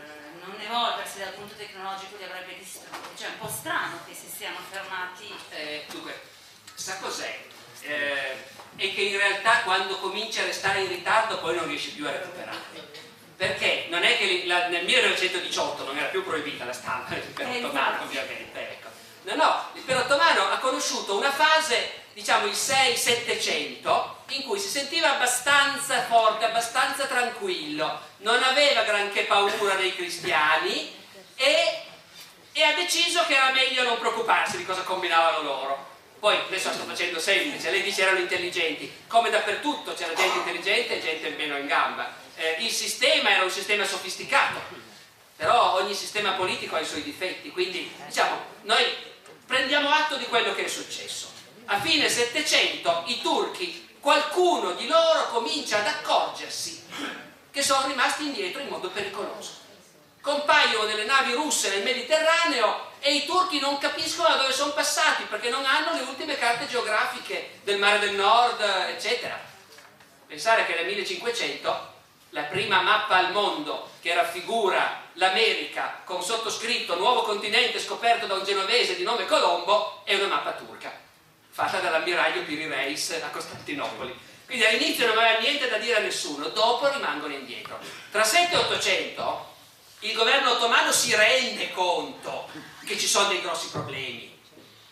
Speaker 6: non evolversi dal punto tecnologico li avrebbe distrutti, cioè è un po' strano che si siano fermati.
Speaker 1: Eh, dunque, sa cos'è? Eh, è che in realtà quando cominci a restare in ritardo poi non riesci più a recuperare. Perché non è che la, nel millenovecentodiciotto non era più proibita la stampa dell'impero ottomano, ovviamente, ecco. No, no, l'impero ottomano ha conosciuto una fase, diciamo il sei settecento, in cui si sentiva abbastanza forte, abbastanza tranquillo, non aveva granché paura dei cristiani e, e ha deciso che era meglio non preoccuparsi di cosa combinavano loro. Poi adesso la sto facendo semplice, lei dice erano intelligenti, come dappertutto c'era gente intelligente e gente meno in gamba. Eh, il sistema era un sistema sofisticato, però ogni sistema politico ha i suoi difetti, quindi diciamo noi prendiamo atto di quello che è successo. A fine Settecento i turchi, qualcuno di loro comincia ad accorgersi che sono rimasti indietro in modo pericoloso. compaiono delle navi russe nel Mediterraneo e i turchi non capiscono da dove sono passati perché non hanno le ultime carte geografiche del Mare del Nord, eccetera. Pensare che nel millecinquecento la prima mappa al mondo che raffigura l'America con sottoscritto nuovo continente scoperto da un genovese di nome Colombo è una mappa turca fatta dall'ammiraglio Piri Reis a Costantinopoli. Quindi all'inizio non aveva niente da dire a nessuno, dopo rimangono indietro. Tra sette e ottocento il governo ottomano si rende conto che ci sono dei grossi problemi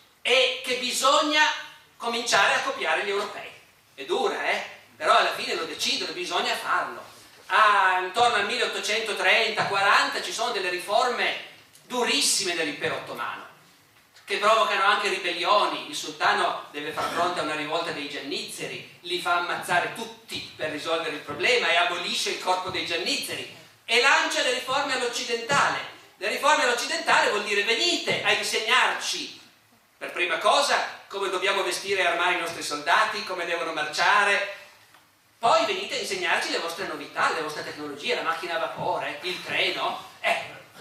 Speaker 1: e che bisogna cominciare a copiare gli europei. È dura, eh? Però alla fine lo decidono, bisogna farlo. Ah, intorno al milleottocentotrenta quaranta ci sono delle riforme durissime dell'impero ottomano che provocano anche ribellioni. Il sultano deve far fronte a una rivolta dei giannizzeri, li fa ammazzare tutti per risolvere il problema e abolisce il corpo dei giannizzeri e lancia le riforme all'occidentale. Le riforme all'occidentale vuol dire venite a insegnarci per prima cosa come dobbiamo vestire e armare i nostri soldati, come devono marciare. Poi venite a insegnarci le vostre novità, le vostre tecnologie, la macchina a vapore, il treno. Eh,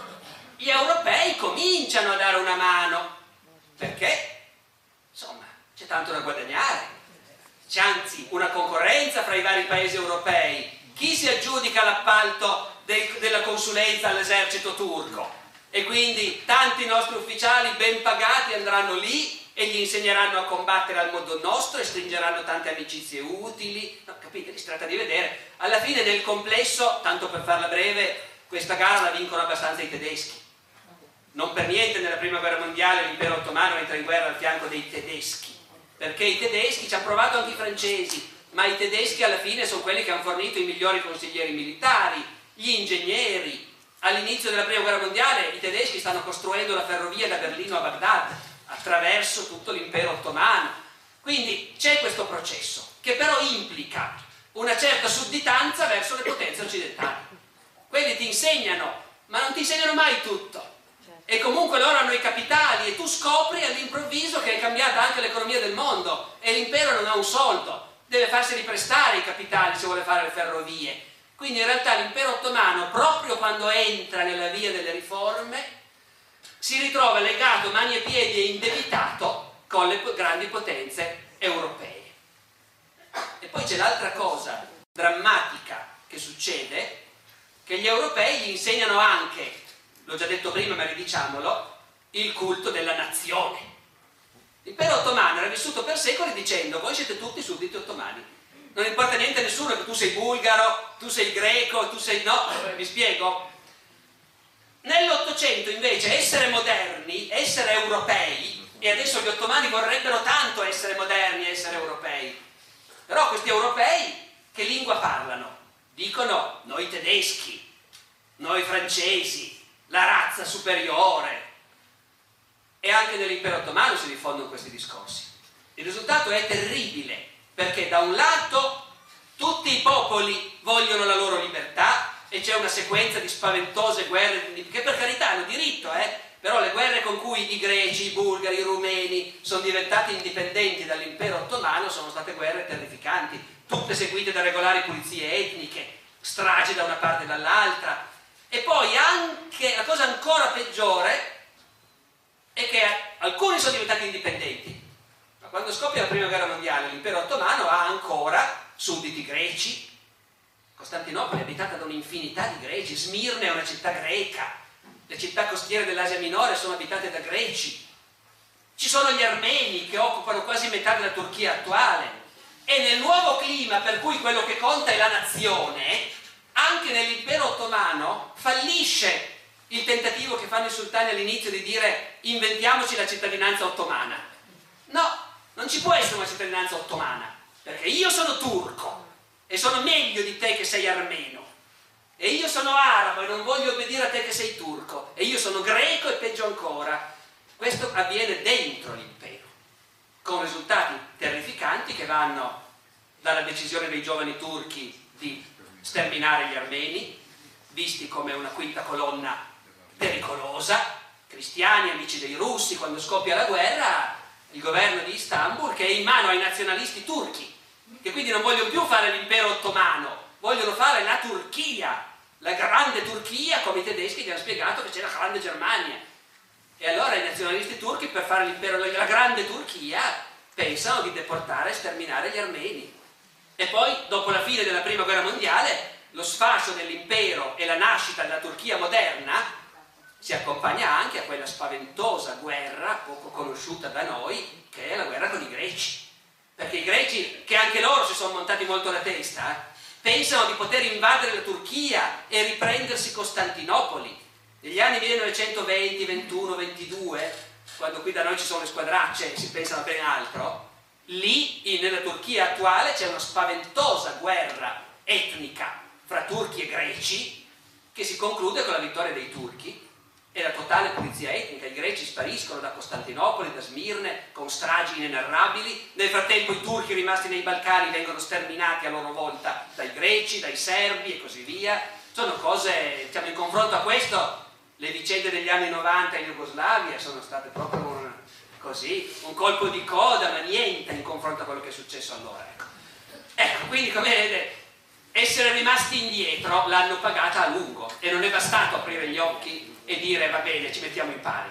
Speaker 1: gli europei cominciano a dare una mano, perché, insomma, c'è tanto da guadagnare. C'è anzi una concorrenza fra i vari paesi europei. Chi si aggiudica l'appalto del, della consulenza all'esercito turco? E quindi tanti nostri ufficiali ben pagati andranno lì e gli insegneranno a combattere al modo nostro e stringeranno tante amicizie utili. No, capite? Si tratta di vedere. Alla fine, nel complesso, tanto per farla breve, questa gara la vincono abbastanza i tedeschi. Non per niente nella prima guerra mondiale l'impero ottomano entra in guerra al fianco dei tedeschi, perché i tedeschi, ci hanno provato anche i francesi, ma i tedeschi alla fine sono quelli che hanno fornito i migliori consiglieri militari, gli ingegneri. All'inizio della prima guerra mondiale i tedeschi stanno costruendo la ferrovia da Berlino a Baghdad attraverso tutto l'impero ottomano. Quindi c'è questo processo che però implica una certa sudditanza verso le potenze occidentali. Quelli ti insegnano, ma non ti insegnano mai tutto, e comunque loro hanno i capitali e tu scopri all'improvviso che è cambiata anche l'economia del mondo e l'impero non ha un soldo, deve farsi riprestare i capitali se vuole fare le ferrovie. Quindi in realtà l'impero ottomano, proprio quando entra nella via delle riforme, si ritrova legato mani e piedi e indebitato con le grandi potenze europee. E poi c'è l'altra cosa drammatica che succede, che gli europei gli insegnano anche, l'ho già detto prima ma ridiciamolo, il culto della nazione. L'impero ottomano era vissuto per secoli dicendo: voi siete tutti sudditi ottomani, non importa niente a nessuno che tu sei bulgaro, tu sei greco, tu sei... no, mi spiego? Nell'Ottocento invece essere moderni, essere europei, e adesso gli ottomani vorrebbero tanto essere moderni e essere europei, però questi europei che lingua parlano? Dicono noi tedeschi, noi francesi, la razza superiore. E anche nell'impero ottomano si diffondono questi discorsi. Il risultato è terribile, perché da un lato tutti i popoli vogliono la loro libertà e c'è una sequenza di spaventose guerre che per carità hanno diritto, eh? Però le guerre con cui i greci, i bulgari, i rumeni sono diventati indipendenti dall'impero ottomano sono state guerre terrificanti, tutte seguite da regolari pulizie etniche, stragi da una parte e dall'altra. E poi anche la cosa ancora peggiore è che alcuni sono diventati indipendenti, ma quando scoppia la prima guerra mondiale l'impero ottomano ha ancora sudditi greci. Costantinopoli è abitata da un'infinità di greci, Smirne è una città greca, le città costiere dell'Asia minore sono abitate da greci, ci sono gli armeni che occupano quasi metà della Turchia attuale, e nel nuovo clima per cui quello che conta è la nazione, anche nell'impero ottomano fallisce il tentativo che fanno i sultani all'inizio di dire inventiamoci la cittadinanza ottomana. No, non ci può essere una cittadinanza ottomana, perché io sono turco e sono meglio di te che sei armeno, e io sono arabo e non voglio obbedire a te che sei turco, e io sono greco e peggio ancora. Questo avviene dentro l'impero, con risultati terrificanti che vanno dalla decisione dei giovani turchi di sterminare gli armeni, visti come una quinta colonna pericolosa, cristiani, amici dei russi. Quando scoppia la guerra, il governo di Istanbul, che è in mano ai nazionalisti turchi, che quindi non vogliono più fare l'impero ottomano, vogliono fare la Turchia, la grande Turchia, come i tedeschi gli hanno spiegato che c'è la grande Germania. E allora i nazionalisti turchi, per fare l'impero della grande Turchia, pensano di deportare e sterminare gli armeni. E poi, dopo la fine della prima guerra mondiale, lo sfascio dell'impero e la nascita della Turchia moderna si accompagna anche a quella spaventosa guerra, poco conosciuta da noi, che è la guerra con i greci. Perché i greci, che anche loro si sono montati molto la testa, eh, pensano di poter invadere la Turchia e riprendersi Costantinopoli. Negli anni millenovecentoventi, ventuno, ventidue, quando qui da noi ci sono le squadracce e si pensa a ben altro, lì in, nella Turchia attuale c'è una spaventosa guerra etnica fra turchi e greci che si conclude con la vittoria dei turchi e la totale pulizia etnica. I greci spariscono da Costantinopoli, da Smirne, con stragi inenarrabili. Nel frattempo i turchi rimasti nei Balcani vengono sterminati a loro volta dai greci, dai serbi e così via. Sono cose, diciamo, in confronto a questo, le vicende degli anni novanta in Jugoslavia sono state proprio un, così, un colpo di coda, ma niente in confronto a quello che è successo allora. Ecco, ecco quindi come vedete, essere rimasti indietro l'hanno pagata a lungo e non è bastato aprire gli occhi e dire va bene, ci mettiamo in pari.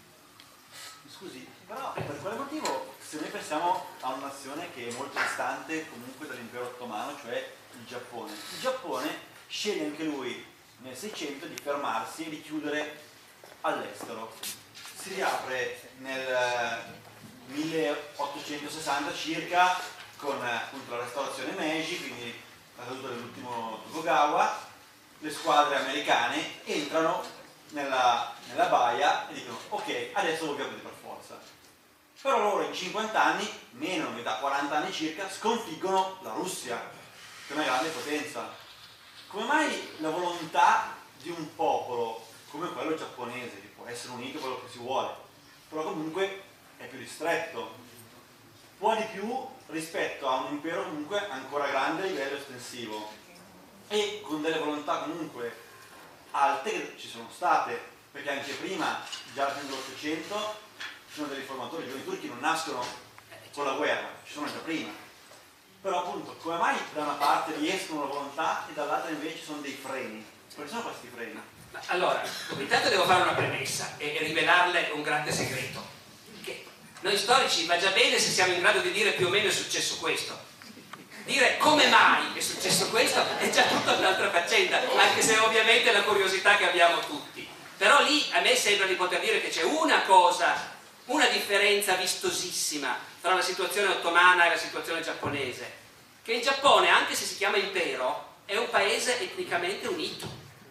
Speaker 8: Scusi, però per quale motivo, se noi pensiamo a una nazione che è molto distante comunque dall'impero ottomano, cioè il Giappone, il Giappone sceglie anche lui nel Seicento di fermarsi e di chiudere all'estero. Si riapre nel milleottocentosessanta circa con appunto la restaurazione Meiji, quindi la caduta dell'ultimo Tokugawa. Le squadre americane entrano nella, nella baia e dicono ok, adesso lo capite per forza. Però loro in cinquanta anni, meno da quaranta anni circa, sconfiggono la Russia, che è una grande potenza. Come mai la volontà di un popolo come quello giapponese, che può essere unito quello che si vuole, però comunque è più ristretto, può di più rispetto a un impero comunque ancora grande a livello estensivo e con delle volontà comunque alte che ci sono state, perché anche prima, già alla fine dell'Ottocento, ci sono dei riformatori, i giovani turchi non nascono con la guerra, ci sono già prima. Però appunto, come mai da una parte riescono la volontà e dall'altra invece ci sono dei freni? Quali sono questi freni?
Speaker 1: Allora, intanto devo fare una premessa e rivelarle un grande segreto. Che noi storici va già bene se siamo in grado di dire più o meno è successo questo. Dire come mai è successo questo è già tutta un'altra faccenda, anche se ovviamente è la curiosità che abbiamo tutti. Però lì a me sembra di poter dire che c'è una cosa, una differenza vistosissima tra la situazione ottomana e la situazione giapponese, che il Giappone, anche se si chiama impero, è un paese etnicamente unito,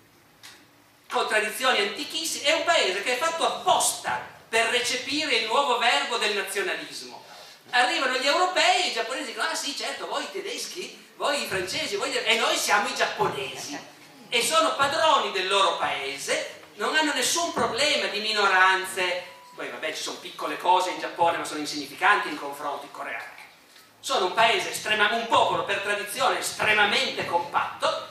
Speaker 1: con tradizioni antichissime, è un paese che è fatto apposta per recepire il nuovo verbo del nazionalismo. Arrivano gli europei e i giapponesi dicono ah sì certo, voi tedeschi, voi i francesi, voi... e noi siamo i giapponesi e sono padroni del loro paese, non hanno nessun problema di minoranze. Poi vabbè ci sono piccole cose in Giappone ma sono insignificanti in confronto ai coreani. Sono un paese estremamente, un popolo per tradizione estremamente compatto.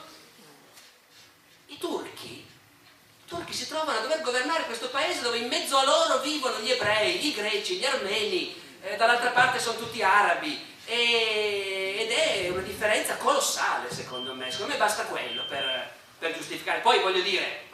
Speaker 1: I turchi, i turchi si trovano a dover governare questo paese dove in mezzo a loro vivono gli ebrei, i greci, gli armeni, eh, dall'altra parte sono tutti arabi e, ed è una differenza colossale secondo me. Secondo me basta quello per, per giustificare. Poi voglio dire,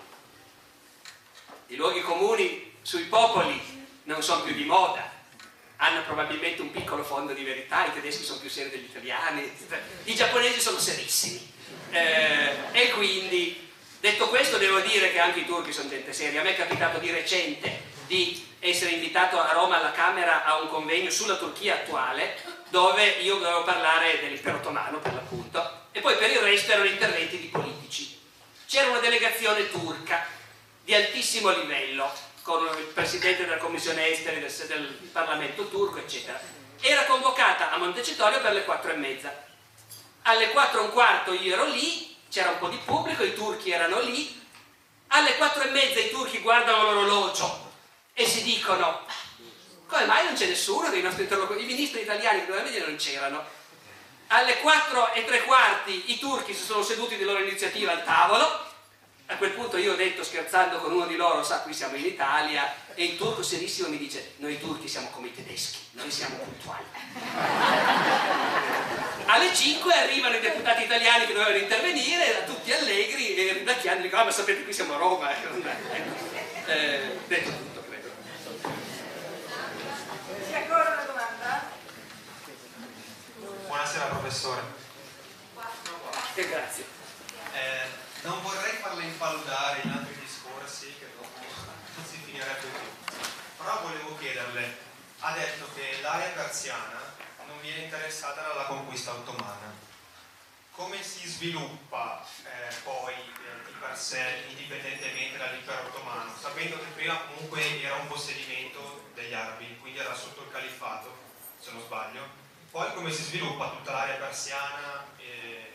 Speaker 1: i luoghi comuni sui popoli non sono più di moda, hanno probabilmente un piccolo fondo di verità, i tedeschi sono più seri degli italiani, i giapponesi sono serissimi, eh, e quindi detto questo devo dire che anche i turchi sono gente seria. A me è capitato di recente di essere invitato a Roma alla Camera a un convegno sulla Turchia attuale dove io dovevo parlare dell'impero ottomano per l'appunto e poi per il resto erano interventi di politici. C'era una delegazione turca di altissimo livello con il presidente della commissione esteri del, del Parlamento turco eccetera. Era convocata a Montecitorio per le quattro e mezza. Alle quattro e un quarto io ero lì, c'era un po' di pubblico, i turchi erano lì. Alle quattro e mezza i turchi guardano l'orologio e si dicono come mai non c'è nessuno dei nostri interlocutori, i ministri italiani che dovevano venire non c'erano. Alle quattro e tre quarti i turchi si sono seduti di loro iniziativa al tavolo. A quel punto io ho detto scherzando con uno di loro, sa qui siamo in Italia, e il turco serissimo mi dice noi turchi siamo come i tedeschi, noi siamo puntuali. Alle alle cinque arrivano i deputati italiani che dovevano intervenire, tutti allegri e ridacchiando, dicono: ah, ma sapete, qui siamo a Roma. Eh, detto tutto, credo.
Speaker 3: C'è ancora una domanda?
Speaker 9: Buonasera professore.
Speaker 1: Eh, grazie.
Speaker 9: Eh, non vorrei farle impaludare in altri discorsi che dopo non si finirebbe più, però volevo chiederle, ha detto che l'area persiana non viene interessata dalla conquista ottomana. Come si sviluppa eh, poi eh, di per sé, indipendentemente dall'impero ottomano, sapendo che prima comunque era un possedimento degli arabi, quindi era sotto il califfato, se non sbaglio. Poi come si sviluppa tutta l'area persiana? E...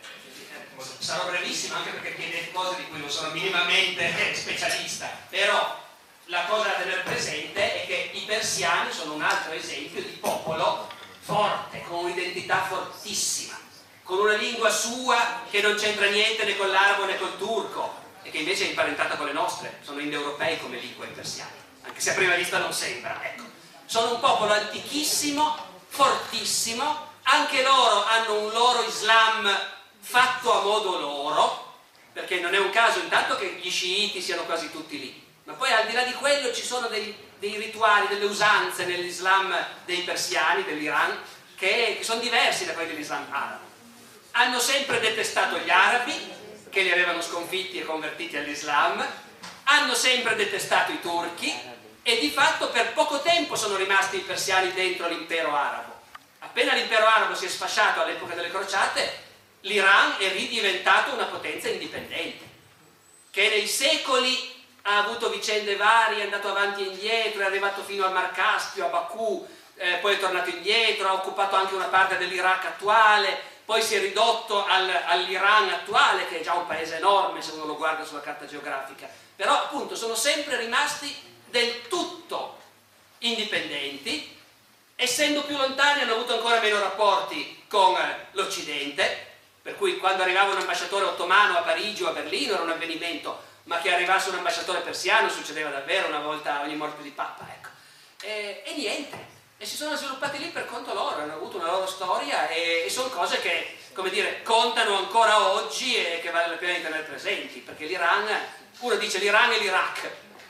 Speaker 1: Sarò brevissimo, anche perché chiedete cose di cui non sono minimamente specialista, però la cosa da tenere presente è che i persiani sono un altro esempio di popolo forte, con un'identità fortissima, con una lingua sua che non c'entra niente né con l'arabo né col turco, e che invece è imparentata con le nostre, sono indoeuropei come lingua i persiani, anche se a prima vista non sembra, ecco. Sono un popolo antichissimo, fortissimo, anche loro hanno un loro Islam fatto a modo loro, perché non è un caso intanto che gli sciiti siano quasi tutti lì, ma poi al di là di quello ci sono dei, dei rituali, delle usanze nell'Islam dei persiani, dell'Iran, che, che sono diversi da quelli dell'Islam arabo. Hanno sempre detestato gli arabi, che li avevano sconfitti e convertiti all'Islam, hanno sempre detestato i turchi, e di fatto per poco tempo sono rimasti i persiani dentro l'impero arabo. Appena l'impero arabo si è sfasciato all'epoca delle crociate, l'Iran è ridiventato una potenza indipendente, che nei secoli ha avuto vicende varie, è andato avanti e indietro, è arrivato fino al Mar Caspio, a Baku, eh, poi è tornato indietro, ha occupato anche una parte dell'Iraq attuale, poi si è ridotto al, all'Iran attuale, che è già un paese enorme se uno lo guarda sulla carta geografica, però appunto sono sempre rimasti del tutto indipendenti, essendo più lontani hanno avuto ancora meno rapporti con l'Occidente, per cui quando arrivava un ambasciatore ottomano a Parigi o a Berlino era un avvenimento, ma che arrivasse un ambasciatore persiano succedeva davvero una volta ogni morte di Papa, ecco. E, e niente, e si sono sviluppati lì per conto loro, hanno avuto una loro storia e, e sono cose che, come dire, contano ancora oggi e che vale la pena di tenere presenti, perché l'Iran, uno dice l'Iran e l'Iraq,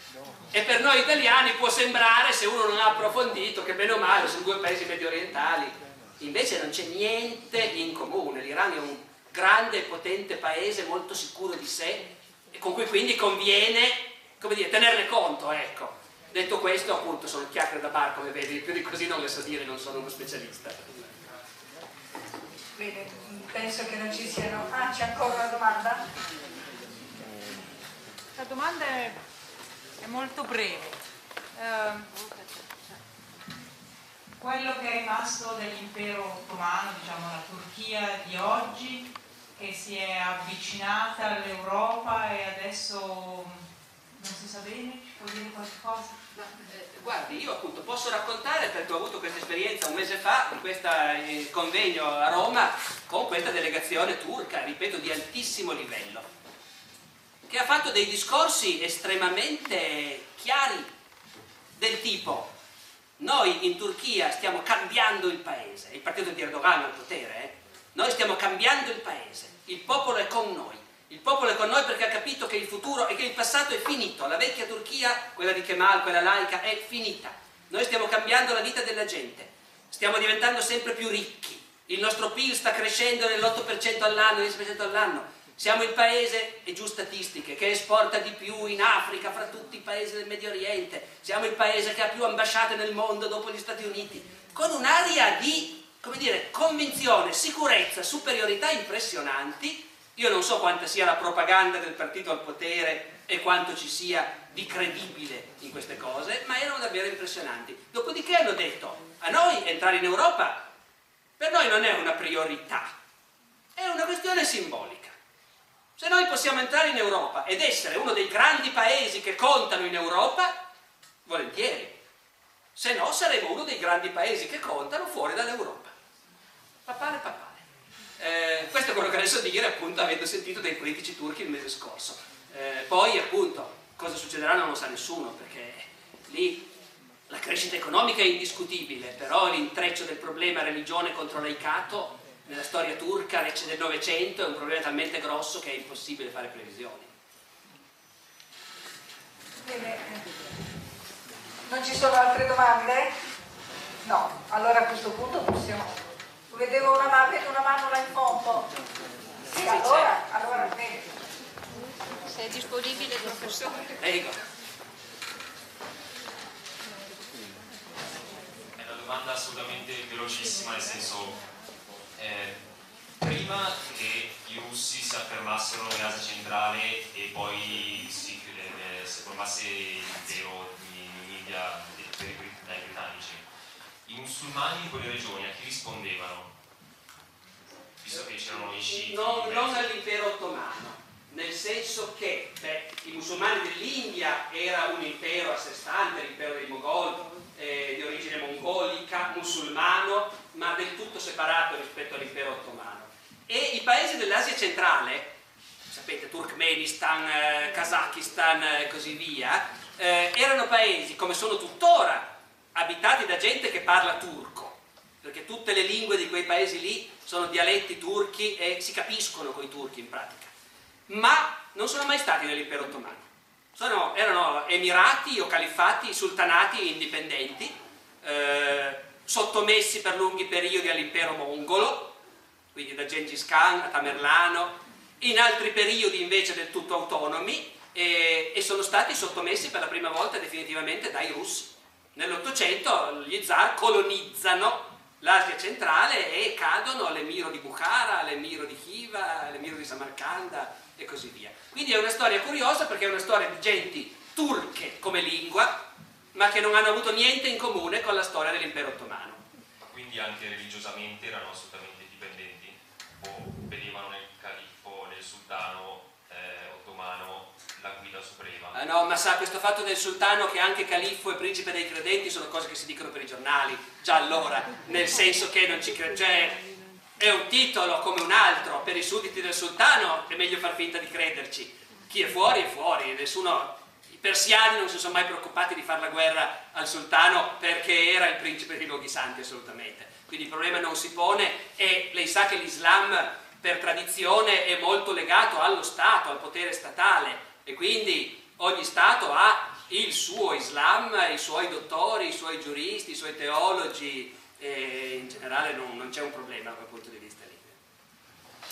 Speaker 1: e per noi italiani può sembrare, se uno non ha approfondito, che bene o male sono due paesi medio orientali, invece non c'è niente in comune. L'Iran è un grande e potente paese molto sicuro di sé, e con cui quindi conviene, come dire, tenerne conto, ecco. Detto questo, appunto, sono chiacchiere da bar, come vedi, più di così non le so dire, non sono uno specialista.
Speaker 3: Bene, penso che non ci siano... Ah, c'è ancora una domanda?
Speaker 10: La domanda è, è molto breve. Uh, quello che è rimasto dell'impero ottomano, diciamo la Turchia di oggi, che si è avvicinata all'Europa e adesso non si sa bene, ci può dire qualcosa?
Speaker 1: Eh, guardi, io appunto posso raccontare, perché ho avuto questa esperienza un mese fa in questo eh, convegno a Roma con questa delegazione turca, ripeto, di altissimo livello, che ha fatto dei discorsi estremamente chiari, del tipo: noi in Turchia stiamo cambiando il paese, il partito di Erdogan al potere, eh? Noi stiamo cambiando il paese, il popolo è con noi, il popolo è con noi perché ha capito che il futuro e che il passato è finito, la vecchia Turchia, quella di Kemal, quella laica, è finita. Noi stiamo cambiando la vita della gente, stiamo diventando sempre più ricchi, il nostro P I L sta crescendo nell'otto per cento all'anno, nel sei per cento all'anno, siamo il paese, e giù statistiche, che esporta di più in Africa fra tutti i paesi del Medio Oriente, siamo il paese che ha più ambasciate nel mondo dopo gli Stati Uniti, con un'area di, come dire, convinzione, sicurezza, superiorità impressionanti. Io non so quanta sia la propaganda del partito al potere e quanto ci sia di credibile in queste cose, ma erano davvero impressionanti. Dopodiché hanno detto: a noi entrare in Europa per noi non è una priorità, è una questione simbolica. Se noi possiamo entrare in Europa ed essere uno dei grandi paesi che contano in Europa, volentieri. Se no saremo uno dei grandi paesi che contano fuori dall'Europa. Papale, papale. Eh, questo è quello che adesso dire, appunto, avendo sentito dei politici turchi il mese scorso. Eh, poi, appunto, cosa succederà non lo sa nessuno, perché lì la crescita economica è indiscutibile, però l'intreccio del problema religione contro laicato
Speaker 11: nella storia turca del Novecento è un problema talmente grosso che è impossibile fare previsioni.
Speaker 3: Bene, non ci sono altre domande? No, allora a questo punto possiamo. Vedevo una mano, vedo una mano là in fondo. Sì, allora, allora bene.
Speaker 6: Se è disponibile, professore.
Speaker 11: Prego.
Speaker 12: È una domanda assolutamente velocissima, nel senso, eh, prima che i russi si affermassero in Asia centrale e poi si, eh, si formasse l'impero in India per i dai britannici, i musulmani di quelle regioni a chi rispondevano? Visto che c'erano i sciiti.
Speaker 11: No, non all'impero ottomano, nel senso che beh, i musulmani dell'India era un impero a sé stante, l'impero dei Mogol, eh, di origine mongolica, musulmano, ma del tutto separato rispetto all'impero ottomano. E i paesi dell'Asia centrale, sapete, Turkmenistan, eh, Kazakistan e eh, così via, eh, erano paesi, come sono tuttora, abitati da gente che parla turco, perché tutte le lingue di quei paesi lì sono dialetti turchi e si capiscono coi turchi in pratica, ma non sono mai stati nell'impero ottomano. Sono, erano emirati o califfati, sultanati indipendenti, eh, sottomessi per lunghi periodi all'impero mongolo, quindi da Gengis Khan a Tamerlano, in altri periodi invece del tutto autonomi, e, e sono stati sottomessi per la prima volta definitivamente dai russi. Nell'Ottocento gli zar colonizzano l'Asia centrale e cadono all'emiro di Bukhara, all'emiro di Khiva, all'emiro di Samarcanda e così via. Quindi è una storia curiosa perché è una storia di genti turche come lingua, ma che non hanno avuto niente in comune con la storia dell'impero ottomano.
Speaker 12: Quindi anche religiosamente erano assolutamente dipendenti? O vedevano nel califfo, nel sultano eh, ottomano la guida suprema?
Speaker 11: Ah no, ma sa, questo fatto del sultano che anche califfo e principe dei credenti sono cose che si dicono per i giornali, già allora, nel senso che non ci credo, cioè è un titolo come un altro, per i sudditi del sultano è meglio far finta di crederci, chi è fuori è fuori, nessuno, i persiani non si sono mai preoccupati di fare la guerra al sultano perché era il principe dei luoghi santi assolutamente, quindi il problema non si pone e lei sa che l'Islam per tradizione è molto legato allo Stato, al potere statale e quindi ogni Stato ha il suo Islam, i suoi dottori, i suoi giuristi, i suoi teologi e in generale non, non c'è un problema da quel punto di vista lì.